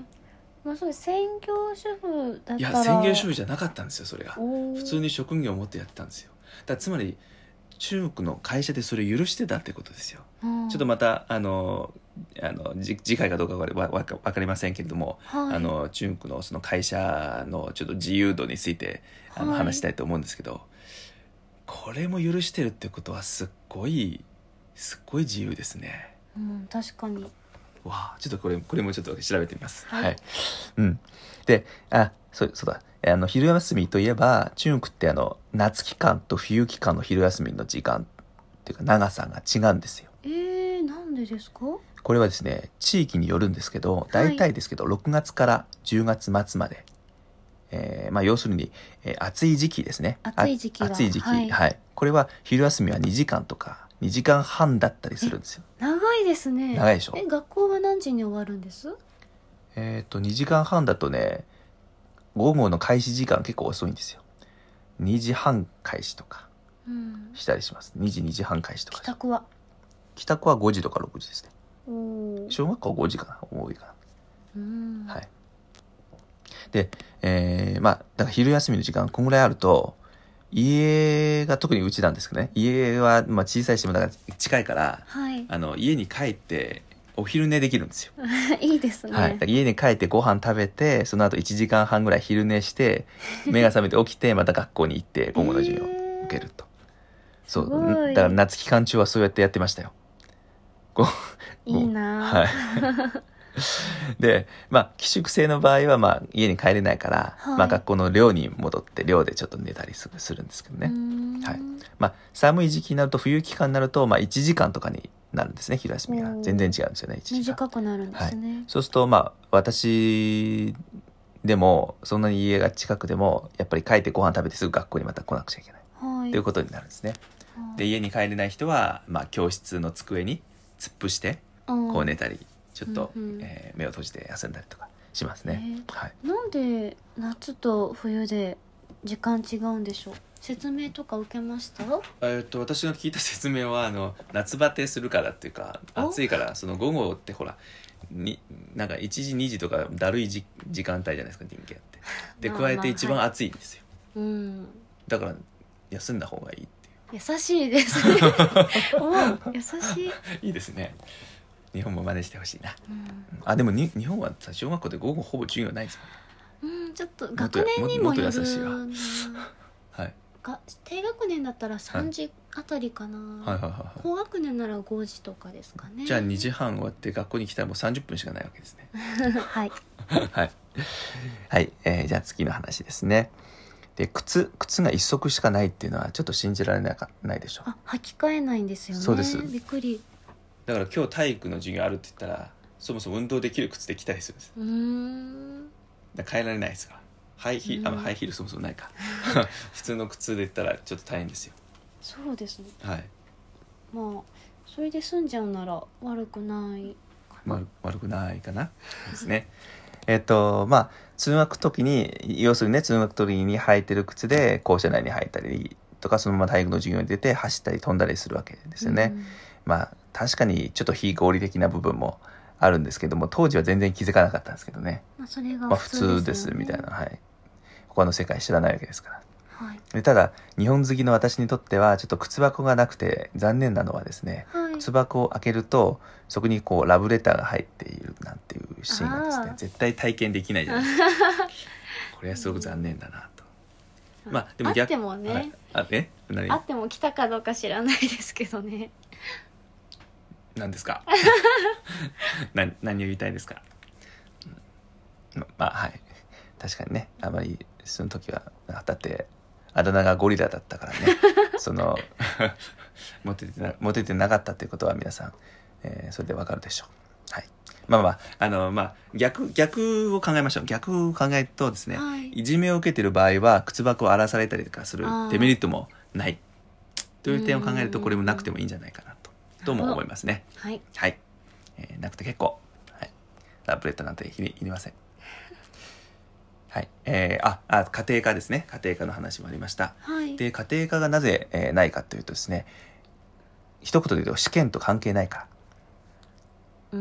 まあ、そう専業主婦だったら、 いや専業主婦じゃなかったんですよ。それが普普通に職業を持ってやってたんですよ。だからつまり中国の会社でそれを許してたってことですよ。 うん、 ちょっとまたあのあの次回かどうかわわわかりませんけれども、 はい、 あの中国のその会社のちょっと自由度についてあの、はい、話したいと思うんですけど、これも許してるってことはすっごいすっごい自由ですね。 うん、確かに。 わあ、ちょっとこれこれもちょっと調べてみます。 はい、 はい、うん。で、あ、そうそうだ。あの昼休みといえば中国ってあの夏期間と冬期間の昼休みの時間っていうか長さが違うんですよ。 えー、なんでですか？ これはですね地域によるんですけど、大体ですけど、はい、ろくがつからじゅうがつ末まで、えーまあ、要するに、えー、暑い時期ですね。 暑い時期は暑い時期、 はいはい、これは昼休みはにじかんとかにじかんはんだったりするんですよ。 長いですね。 長いでしょ。 え、学校は何時に終わるんです？ えっとにじかんはんだとね、午後の開始時間結構遅いんですよ。にじはん開始とかしたりします、うん、にじにじはん開始とか。 帰宅は帰宅はごじとかろくじですね。 お小学校ごじかな、多いかな。 うん、 はい。で、えー、まあだから昼休みの時間こんぐらいあると、家が特にうちなんですけどね、家はまあ小さいしもだから近いから、 はい、 あの家に帰ってお昼寝できるんですよ。 いいですね。 はい、家に帰ってご飯食べて、その後いちじかんはんぐらい昼寝して目が覚めて起きてまた学校に行って午後の授業を受けると、えー、そうだから夏期間中はそうやってやってましたよ。 いいな、 はい、でまあ寄宿制の場合はまあ家に帰れないから、はい、まあ、学校の寮に戻って寮でちょっと寝たりするんですけどね。はい、まあ、寒い時期になると冬期間になるとまあいちじかんとかになるんですね。昼休みが全然違うんですよね。いちじかん短くなるんですね。はい、 そうするとまあ私でもそんなに家が近くでもやっぱり帰ってご飯食べてすぐ学校にまた来なくちゃいけない、はい、ということになるんですね。はい、で家に帰れない人はまあ教室の机に突っ伏してこう寝たりちょっと、うんうん、えー、目を閉じて休んだりとかしますね。 えーはい、 なんで夏と冬で時間違うんでしょう？説明とか受けました？ えー、っと私が聞いた説明はあの夏バテするからっていうか、暑いから、その午後ってほらになんかいちじにじとかだるい時間帯じゃないですか、人間って。で加えて一番暑いんですよ、まあまあ、はい、うん、だから休んだ方がいいっていう。 優しいですねお優しいいいですね。日本も真似してほしいな、うん、あでもに日本は小学校で午後ほぼ授業ないですもんね。うん、ちょっと学年にもよる。もっと優しいわはい、 低学年だったらさんじあたりかな、はいはいはいはい、高学年ならごじとかですかね。 じゃあにじはん終わって学校に来たらもうさんじゅっぷんしかないわけですねはいはい、はいえー、じゃあ次の話ですね。で 靴, 靴が一足しかないっていうのはちょっと信じられなかないでしょ。 あ、履き替えないんですよね。 そうです。 びっくり。 だから今日体育の授業あるって言ったらそもそも運動できる靴で来たりするんです。 うーん、 だから変えられないですから。ハイヒール、あ、ハイヒールそもそもないか普通の靴で言ったらちょっと大変ですよ。 そうですね。 はい。 まあそれで済んじゃうなら悪くないかな、 ま、悪くないかなですねえっとまあ通学時に要するにね通学時に履いてる靴で校舎内に入ったりとかそのまま体育の授業に出て走ったり飛んだりするわけですよね、うん、まあ確かにちょっと非合理的な部分もあるんですけども当時は全然気づかなかったんですけどね。 まあ、それが普通ですよね。まあ、普通ですみたいな、はい、他の世界知らないわけですから、 はい、 でただ日本好きの私にとってはちょっと靴箱がなくて残念なのはですね、はい、靴箱を開けるとそこにこうラブレターが入っているなんていうシーンがですね絶対体験できないじゃないですかこれはすごく残念だなと、 うん、まあでも逆あってもね、 あ, あ, え何あっても来たかどうか知らないですけどね。 何ですか何, 何を言いたいですか、うん、ま, まあはい確かにねあまりその時はだってあだ名がゴリラだったからねそのモテてなモテてなかったっていうことは皆さん、えー、それでわかるでしょう。はい。まあまああのまあ逆逆を考えましょう。逆を考えるとですね、はい、いじめを受けている場合は靴箱を荒らされたりとかするデメリットもないという点を考えると、これもなくてもいいんじゃないかなととも思いますね。 はい、 はい、えー、なくて結構、はい、ラブレターなんていりません。はい、えー、ああ家庭科ですね。家庭科の話もありました。 はい、 で家庭科がなぜ、えー、ないかというとですね、一言で言うと試験と関係ないから。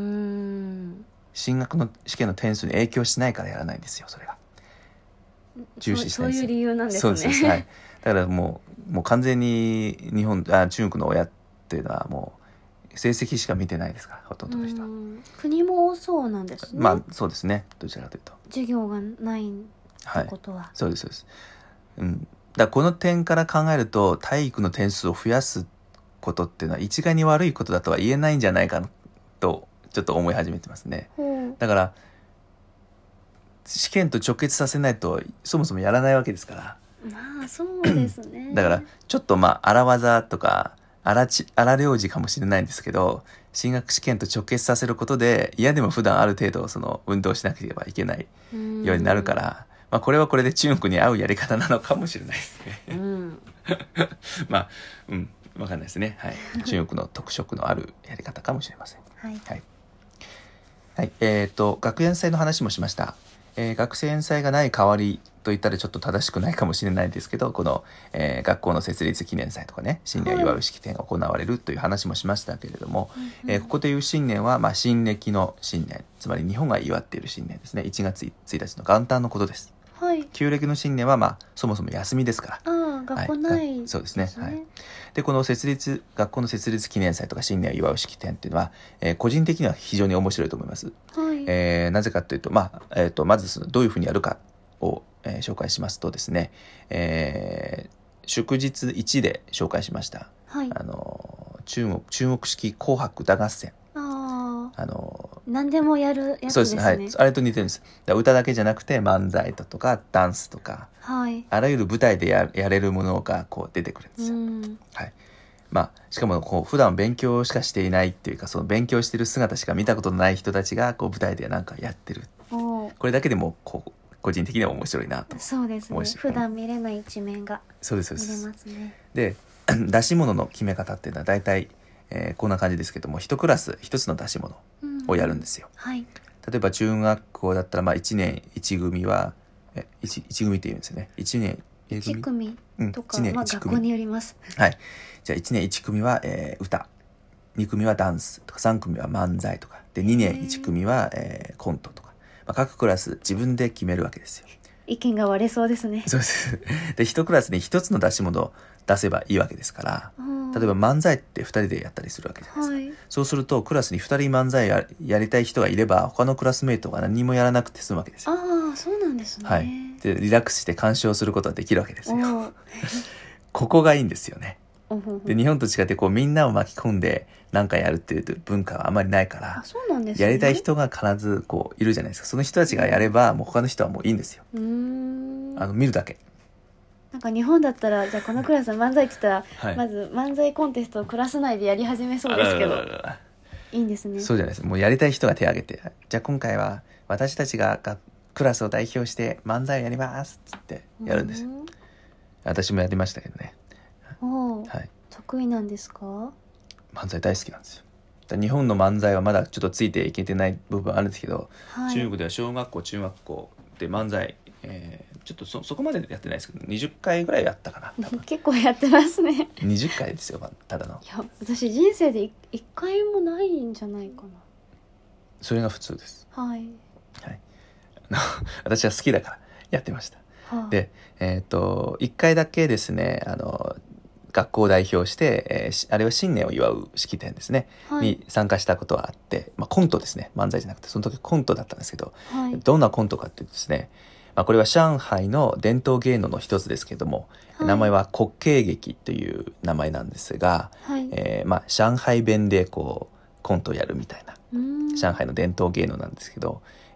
うーん進学の試験の点数に影響しないからやらないんですよ。それが重視したいんですよ。 そういう理由なんですね。 そうです、はい、だからもうもう完全に日本あ中国の親っていうのはもう成績しか見てないですから、ほとんどの人は。 国もそうなんですね。 まあそうですね、どちらかというと授業がないってことは、 はい、そうですそうです、うん、だからこの点から考えると体育の点数を増やすことっていうのは一概に悪いことだとは言えないんじゃないかなとちょっと思い始めてますね。だから試験と直結させないとそもそもやらないわけですから。 まあそうですねだからちょっとまあ荒技とか荒ち荒療治かもしれないんですけど、進学試験と直結させることで嫌でも普段ある程度その運動しなければいけないようになるから、まあ、これはこれで中国に合うやり方なのかもしれないですね。うん、まあうん分かんないですね。はい、中国の特色のあるやり方かもしれません。 はい、 はいはい、えーと学園祭の話もしました。えー、学生祭がない代わりと言ったらちょっと正しくないかもしれないですけど、この、えー、学校の設立記念祭とかね、新年を祝う式典が行われるという話もしましたけれども、はい、えー、ここでいう新年は、まあ、新暦の新年、つまり日本が祝っている新年ですね。いちがつついたちの元旦のことです。はい、旧暦の新年は、まあ、そもそも休みですから。 ああ、学校ない、 はい、そうですね。はい。でこの設立学校の設立記念祭とか新年を祝う式典っていうのは、えー、個人的には非常に面白いと思います。はい、えー、なぜかというと、まあえー、とまずそのどういうふうにやるかを、えー、紹介しますとですね、えー、祝日いちで紹介しました、はい、あの中国中国式紅白歌合戦。ああの何でもやるやつですね。 そうです、はい、あれと似てるんです。だ歌だけじゃなくて漫才だとかダンスとか、はい、あらゆる舞台で や, やれるものがこう出てくるんですよ。うんはい、まあ、しかもこう普段勉強しかしていないっていうか、その勉強してる姿しか見たことのない人たちがこう舞台でなんかやってる。これだけでもこう個人的には面白いなと。 そうですね。普段見れない一面が見れますね。 そうですで出し物の決め方っていうのは大体、えー、こんな感じですけども、一クラス一つの出し物をやるんですよ。うんはい、例えば中学校だったらまあいちねんいち組はえ 1, 1組って言うんですよね。いちねんいち組とか、 うん、 まあ、学校によります。 はい。じゃあいちねんいち組は、えー、歌、に組はダンスとか、さん組は漫才とかで、にねんいち組は、えー、コントとか、まあ、各クラス自分で決めるわけですよ。 意見が割れそうですね。 そうです。で一クラスに一つの出し物を出せばいいわけですから、例えば漫才ってふたりでやったりするわけじゃないですか。はい、そうするとクラスにふたり漫才 や, やりたい人がいれば、他のクラスメイトが何もやらなくて済むわけですよ。 ああ、そうなんですね。 はい。でリラックスして鑑賞することができるわけですよ。ここがいいんですよね。で日本と違ってこうみんなを巻き込んで何かやるっていう文化はあまりないから、 あ、そうなんですね、 やりたい人が必ずこういるじゃないですか。その人たちがやれば、もう他の人はもういいんですよ。うーんあの見るだけ。 なんか日本だったら、じゃあこのクラス漫才って言ったら、はい、まず漫才コンテストをクラス内でやり始めそうですけど、いいんですね。 そうじゃないです。もうやりたい人が手を挙げて、じゃあ今回は私たちがクラスを代表して漫才をやりますっつってやるんですよ。私もやりましたけどね。 お、はい、得意なんですか？ 漫才大好きなんですよ。日本の漫才はまだちょっとついていけてない部分あるんですけど、はい、中国では小学校中学校で漫才、えー、ちょっと そ, そこまでやってないですけどにじゅっかいぐらいやったかな。 結構やってますね。 にじゅっかいですよ、ただの。 いや私人生でいっかいもないんじゃないかな。 それが普通です。 はい、 はい、私は好きだからやってました。はあ、で、えー、といっかいだけですね、あの学校を代表して、えー、あれは新年を祝う式典ですね、はい、に参加したことはあって、まあ、コントですね、漫才じゃなくてその時コントだったんですけど、はい、どんなコントかっていうとですね、まあ、これは上海の伝統芸能の一つですけども、はい、名前は滑稽劇という名前なんですが、はいえーまあ、上海弁でこうコントをやるみたいな上海の伝統芸能なんですけど、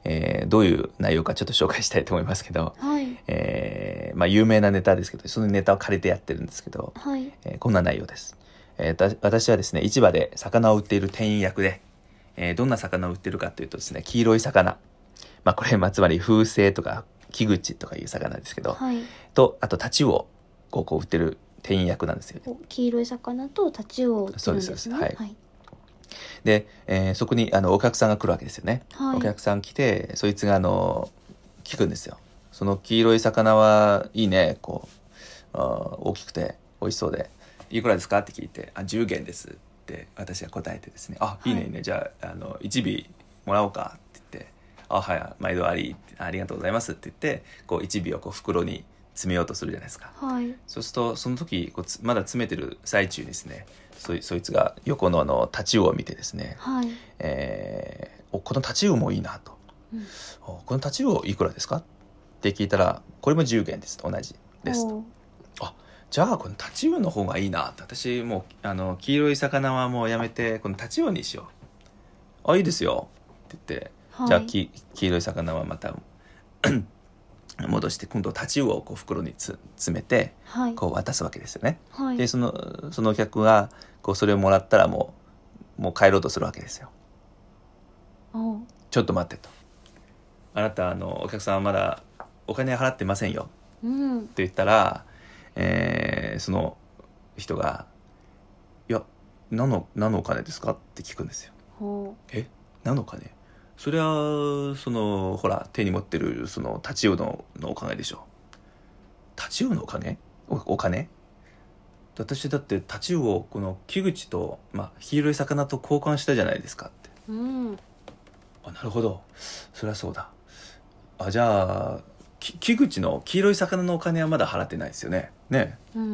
えー、どういう内容かちょっと紹介したいと思いますけど、 はい。 えー、まあ有名なネタですけど、そのネタを借りてやってるんですけど、 はい。 えー、こんな内容です。えー、私はですね、市場で魚を売っている店員役で、えー、どんな魚を売ってるかというとですね、黄色い魚。まあこれ、まあ、つまり風星とか木口とかいう魚ですけど、 はい。 と、あとタチウオをこう売ってる店員役なんですよね。 黄色い魚とタチウオを売ってるんですね。 そうですそうです。はい。 はい。 で、えー、そこにあのお客さんが来るわけですよね。 はい。 お客さん来て、そいつがあの聞くんですよ。その黄色い魚はいいね、こう、あ大きくて美味しそうで、いくらですかって聞いて、あ、じゅうげんですって私が答えてですね、あ、いいねいいね、じゃあ、あのいち尾もらおうかって言って、あ、はい、毎度あり、ありがとうございますって言って、こういち尾をこう袋に詰めようとするじゃないですか。 はい。 そうするとその時こうつまだ詰めてる最中にですね、そい、そいつが横のあのタチウオを見てですね、 はい。 えー、おこのタチウオもいいなと、 うん、 おこのタチウオいくらですかって聞いたら、これもじゅうげんですと、同じですと。あ、じゃあこのタチウオの方がいいなって、私もうあの黄色い魚はもうやめてこのタチウオにしよう、あ、いいですよって言って、はい、じゃあき黄色い魚はまた戻して、今度タチウオをこう袋につ詰めてこう渡すわけですよね。はい、でそのそのお客がこうそれをもらったらもうもう帰ろうとするわけですよ。ちょっと待ってと、あなたあのお客さんはまだお金払ってませんよ、うん、って言ったら、えー、その人が「いや、何の何のお金ですか?」って聞くんですよ。え、何のお金？それはそのほら手に持ってるそのタチウオのお金でしょ。タチウオのお金？ お, お金私だってタチウオこの木口と、まあ、黄色い魚と交換したじゃないですかって、うん、あ、なるほど、そりゃそうだ。あ、じゃあ木口の黄色い魚のお金はまだ払ってないですよね。ね、うんうん、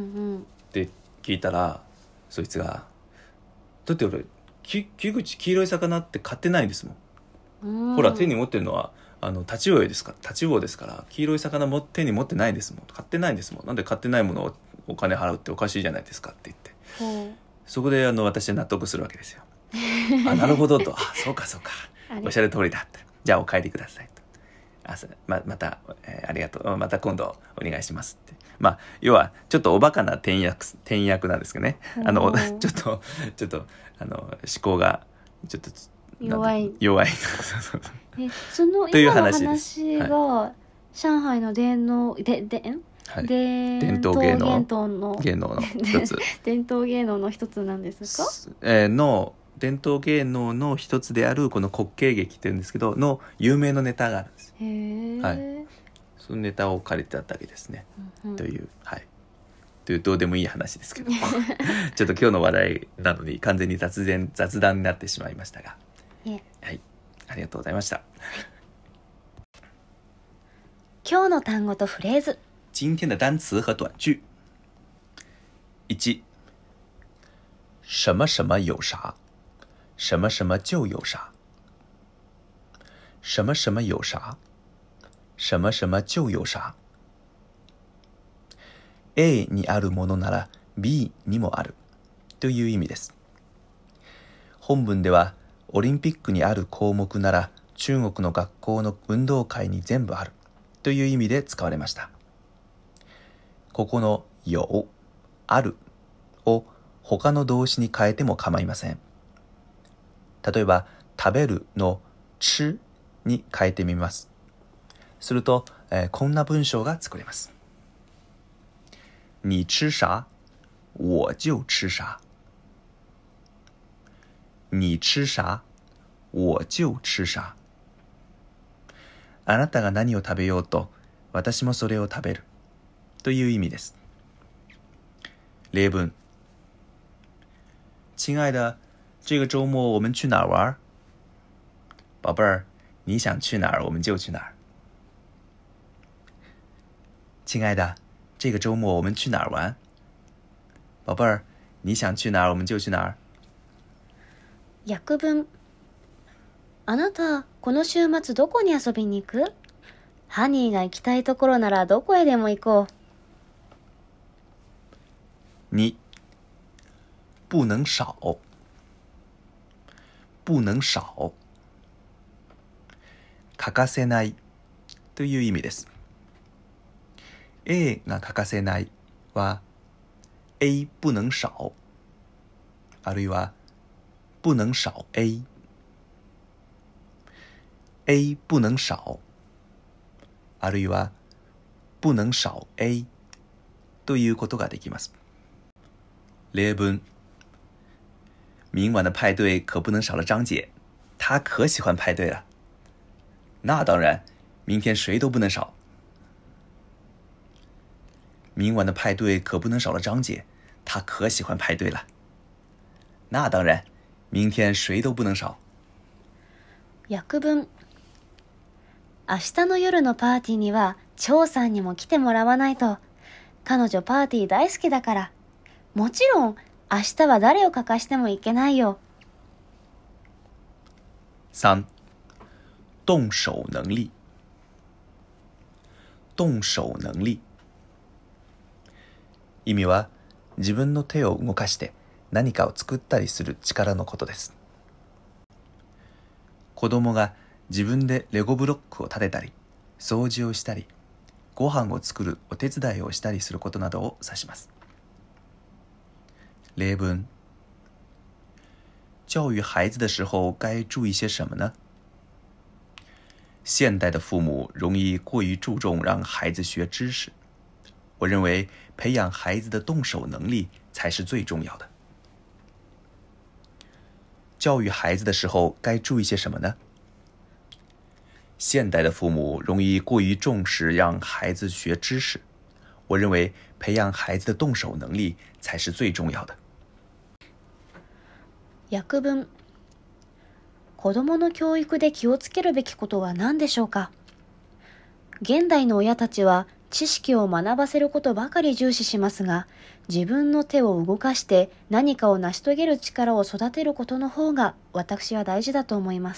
って聞いたら、そいつが「だって俺木口黄色い魚って買ってないですもん。ほら手に持ってるのはあのタチウオですから、タチウオですから黄色い魚も手に持ってないですもん、買ってないんですもん、なんで買ってないものをお金払うっておかしいじゃないですか」って言って、そこであの私は納得するわけですよ。あ、なるほどと、あ、そうかそうか、おっしゃる通りだって、じゃあお帰りくださいと、あ ま, また、えー、ありがとう、また今度お願いしますって、まあ要はちょっとおバカな店役店役なんですけどね、あのちょっとちょっとあの思考がちょっと弱い弱いえその今の話が、はい、上海の伝統ででん、はい、伝統芸能の芸能の一つ伝統芸能の一つなんですか、 えー、の伝統芸能の一つであるこの滑稽劇っていうんですけどの有名なネタがあるんです。へー、はい、そのネタを借りてあったわけですね、うんうん、という、はい、というどうでもいい話ですけどちょっと今日の話題なのに完全に雑談雑談になってしまいましたが、はい、ありがとうございました。 今日の単語とフレーズ。 今天的单词和短句。一、什么什么有啥，什么什么就有啥。什么什么有啥，什么什么就有啥。A にあるものなら B にもあるという意味です。本文ではオリンピックにある項目なら中国の学校の運動会に全部あるという意味で使われました。ここの有、あるを他の動詞に変えても構いません。例えば食べるの吃に変えてみます。すると、えー、こんな文章が作れます。你吃啥我就吃啥。你吃啥我就吃啥。あなたが何を食べようと私もそれを食べるという意味です。例文。亲爱的，这个周末我们去哪儿玩？宝贝儿，你想去哪儿我们就去哪儿。亲爱的，这个周末我们去哪儿玩？宝贝儿，你想去哪儿我们就去哪儿。 訳文。あなた、この週末どこに遊びに行く？ハニーが行きたいところならどこへでも行こう。二、不能少。不能少。 欠かせないという意味です。A が欠かせないは A 不能少、あるいは不能少 A。 A 不能少、あるいは不能少 A ということができます。例文：明晚的派对可不能少了张姐，她可喜欢派对了。那当然，明天谁都不能少。明晚的派对可不能少了张姐，她可喜欢派对了。那当然，明天谁都不能少。 訳文。明日の夜のパーティーには張さんにも来てもらわないと。彼女パーティー大好きだから。もちろん明日は誰を欠かしてもいけないよ。 三、動手能力。動手能力。意味は自分の手を動かして何かを作ったりする力のことです。子供が自分でレゴブロックを立てたり、掃除をしたり、ご飯を作るお手伝いをしたりすることなどを指します。例文：教育孩子的时候该注意些什么呢？现代的父母容易过于注重让孩子学知识，我认为培养孩子的动手能力才是最重要的。教育孩子的时候该注意些什么呢？现代的父母容易过于重视让孩子学知识，我认为培养孩子的动手能力才是最重要的。 訳文。子どもの教育で気をつけるべきことは何でしょうか。現代の親たちは知識を学ばせることばかり重視しますが、自分の手を動かして何かを成し遂げる力を育てることの方が私は大事だと思います。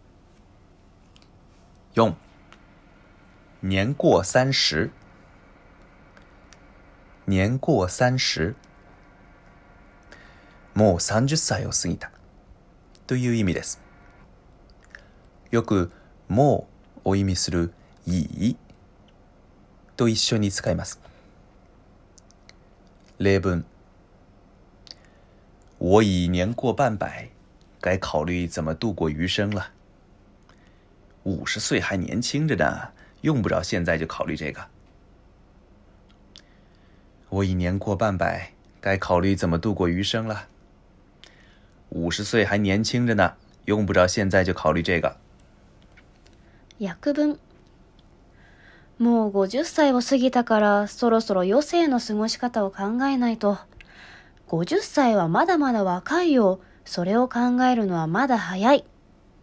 四、年过三十。年過三十。もうさんじゅっさいを過ぎたという意味です。よくもうを意味するいいと一緒に使います。例文：我已年过半百，该考虑怎么度过余生了。五十岁还年轻着呢，用不着现在就考虑这个。我已年过半百，该考虑怎么度过余生了。五十岁还年轻着呢，用不着现在就考慮这个。 訳文。もうごじゅっさいを過ぎたからそろそろ余生の過ごし方を考えないと。ごじゅっさいはまだまだ若いよ。それを考えるのはまだ早い。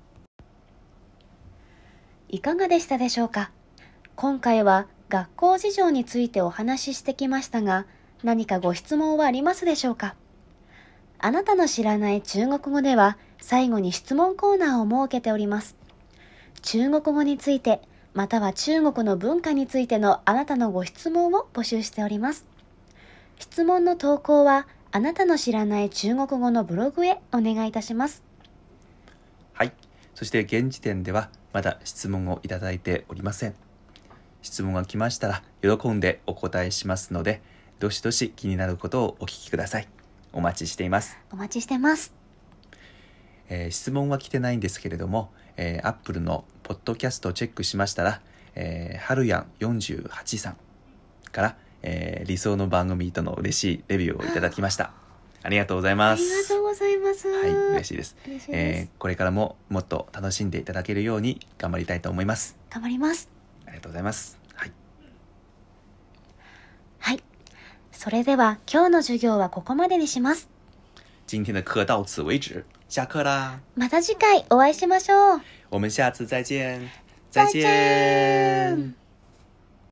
いかがでしたでしょうか。今回は学校事情についてお話ししてきましたが、何かご質問はありますでしょうか。あなたの知らない中国語では最後に質問コーナーを設けております。中国語について、または中国の文化についてのあなたのご質問を募集しております。質問の投稿はあなたの知らない中国語のブログへお願いいたします。 はい。そして現時点ではまだ質問をいただいておりません。質問が来ましたら喜んでお答えしますので、どしどし気になることをお聞きください。お待ちしています。 お待ちしてます。 えー、質問は来てないんですけれども、えー、Apple のポッドキャストをチェックしましたら、えー、はるやんよんじゅうはちさんから、えー、理想の番組との嬉しいレビューをいただきました。ありがとうございます。 ありがとうございます。 はい、嬉しいです。 嬉しいです。 えー、これからももっと楽しんでいただけるように頑張りたいと思います。 頑張ります。 ありがとうございます。はい。 はい。それでは今日の授業はここまでにします。 今天的課到此為止。下課啦。 また次回お会いしましょう。 我們下次再見。再見。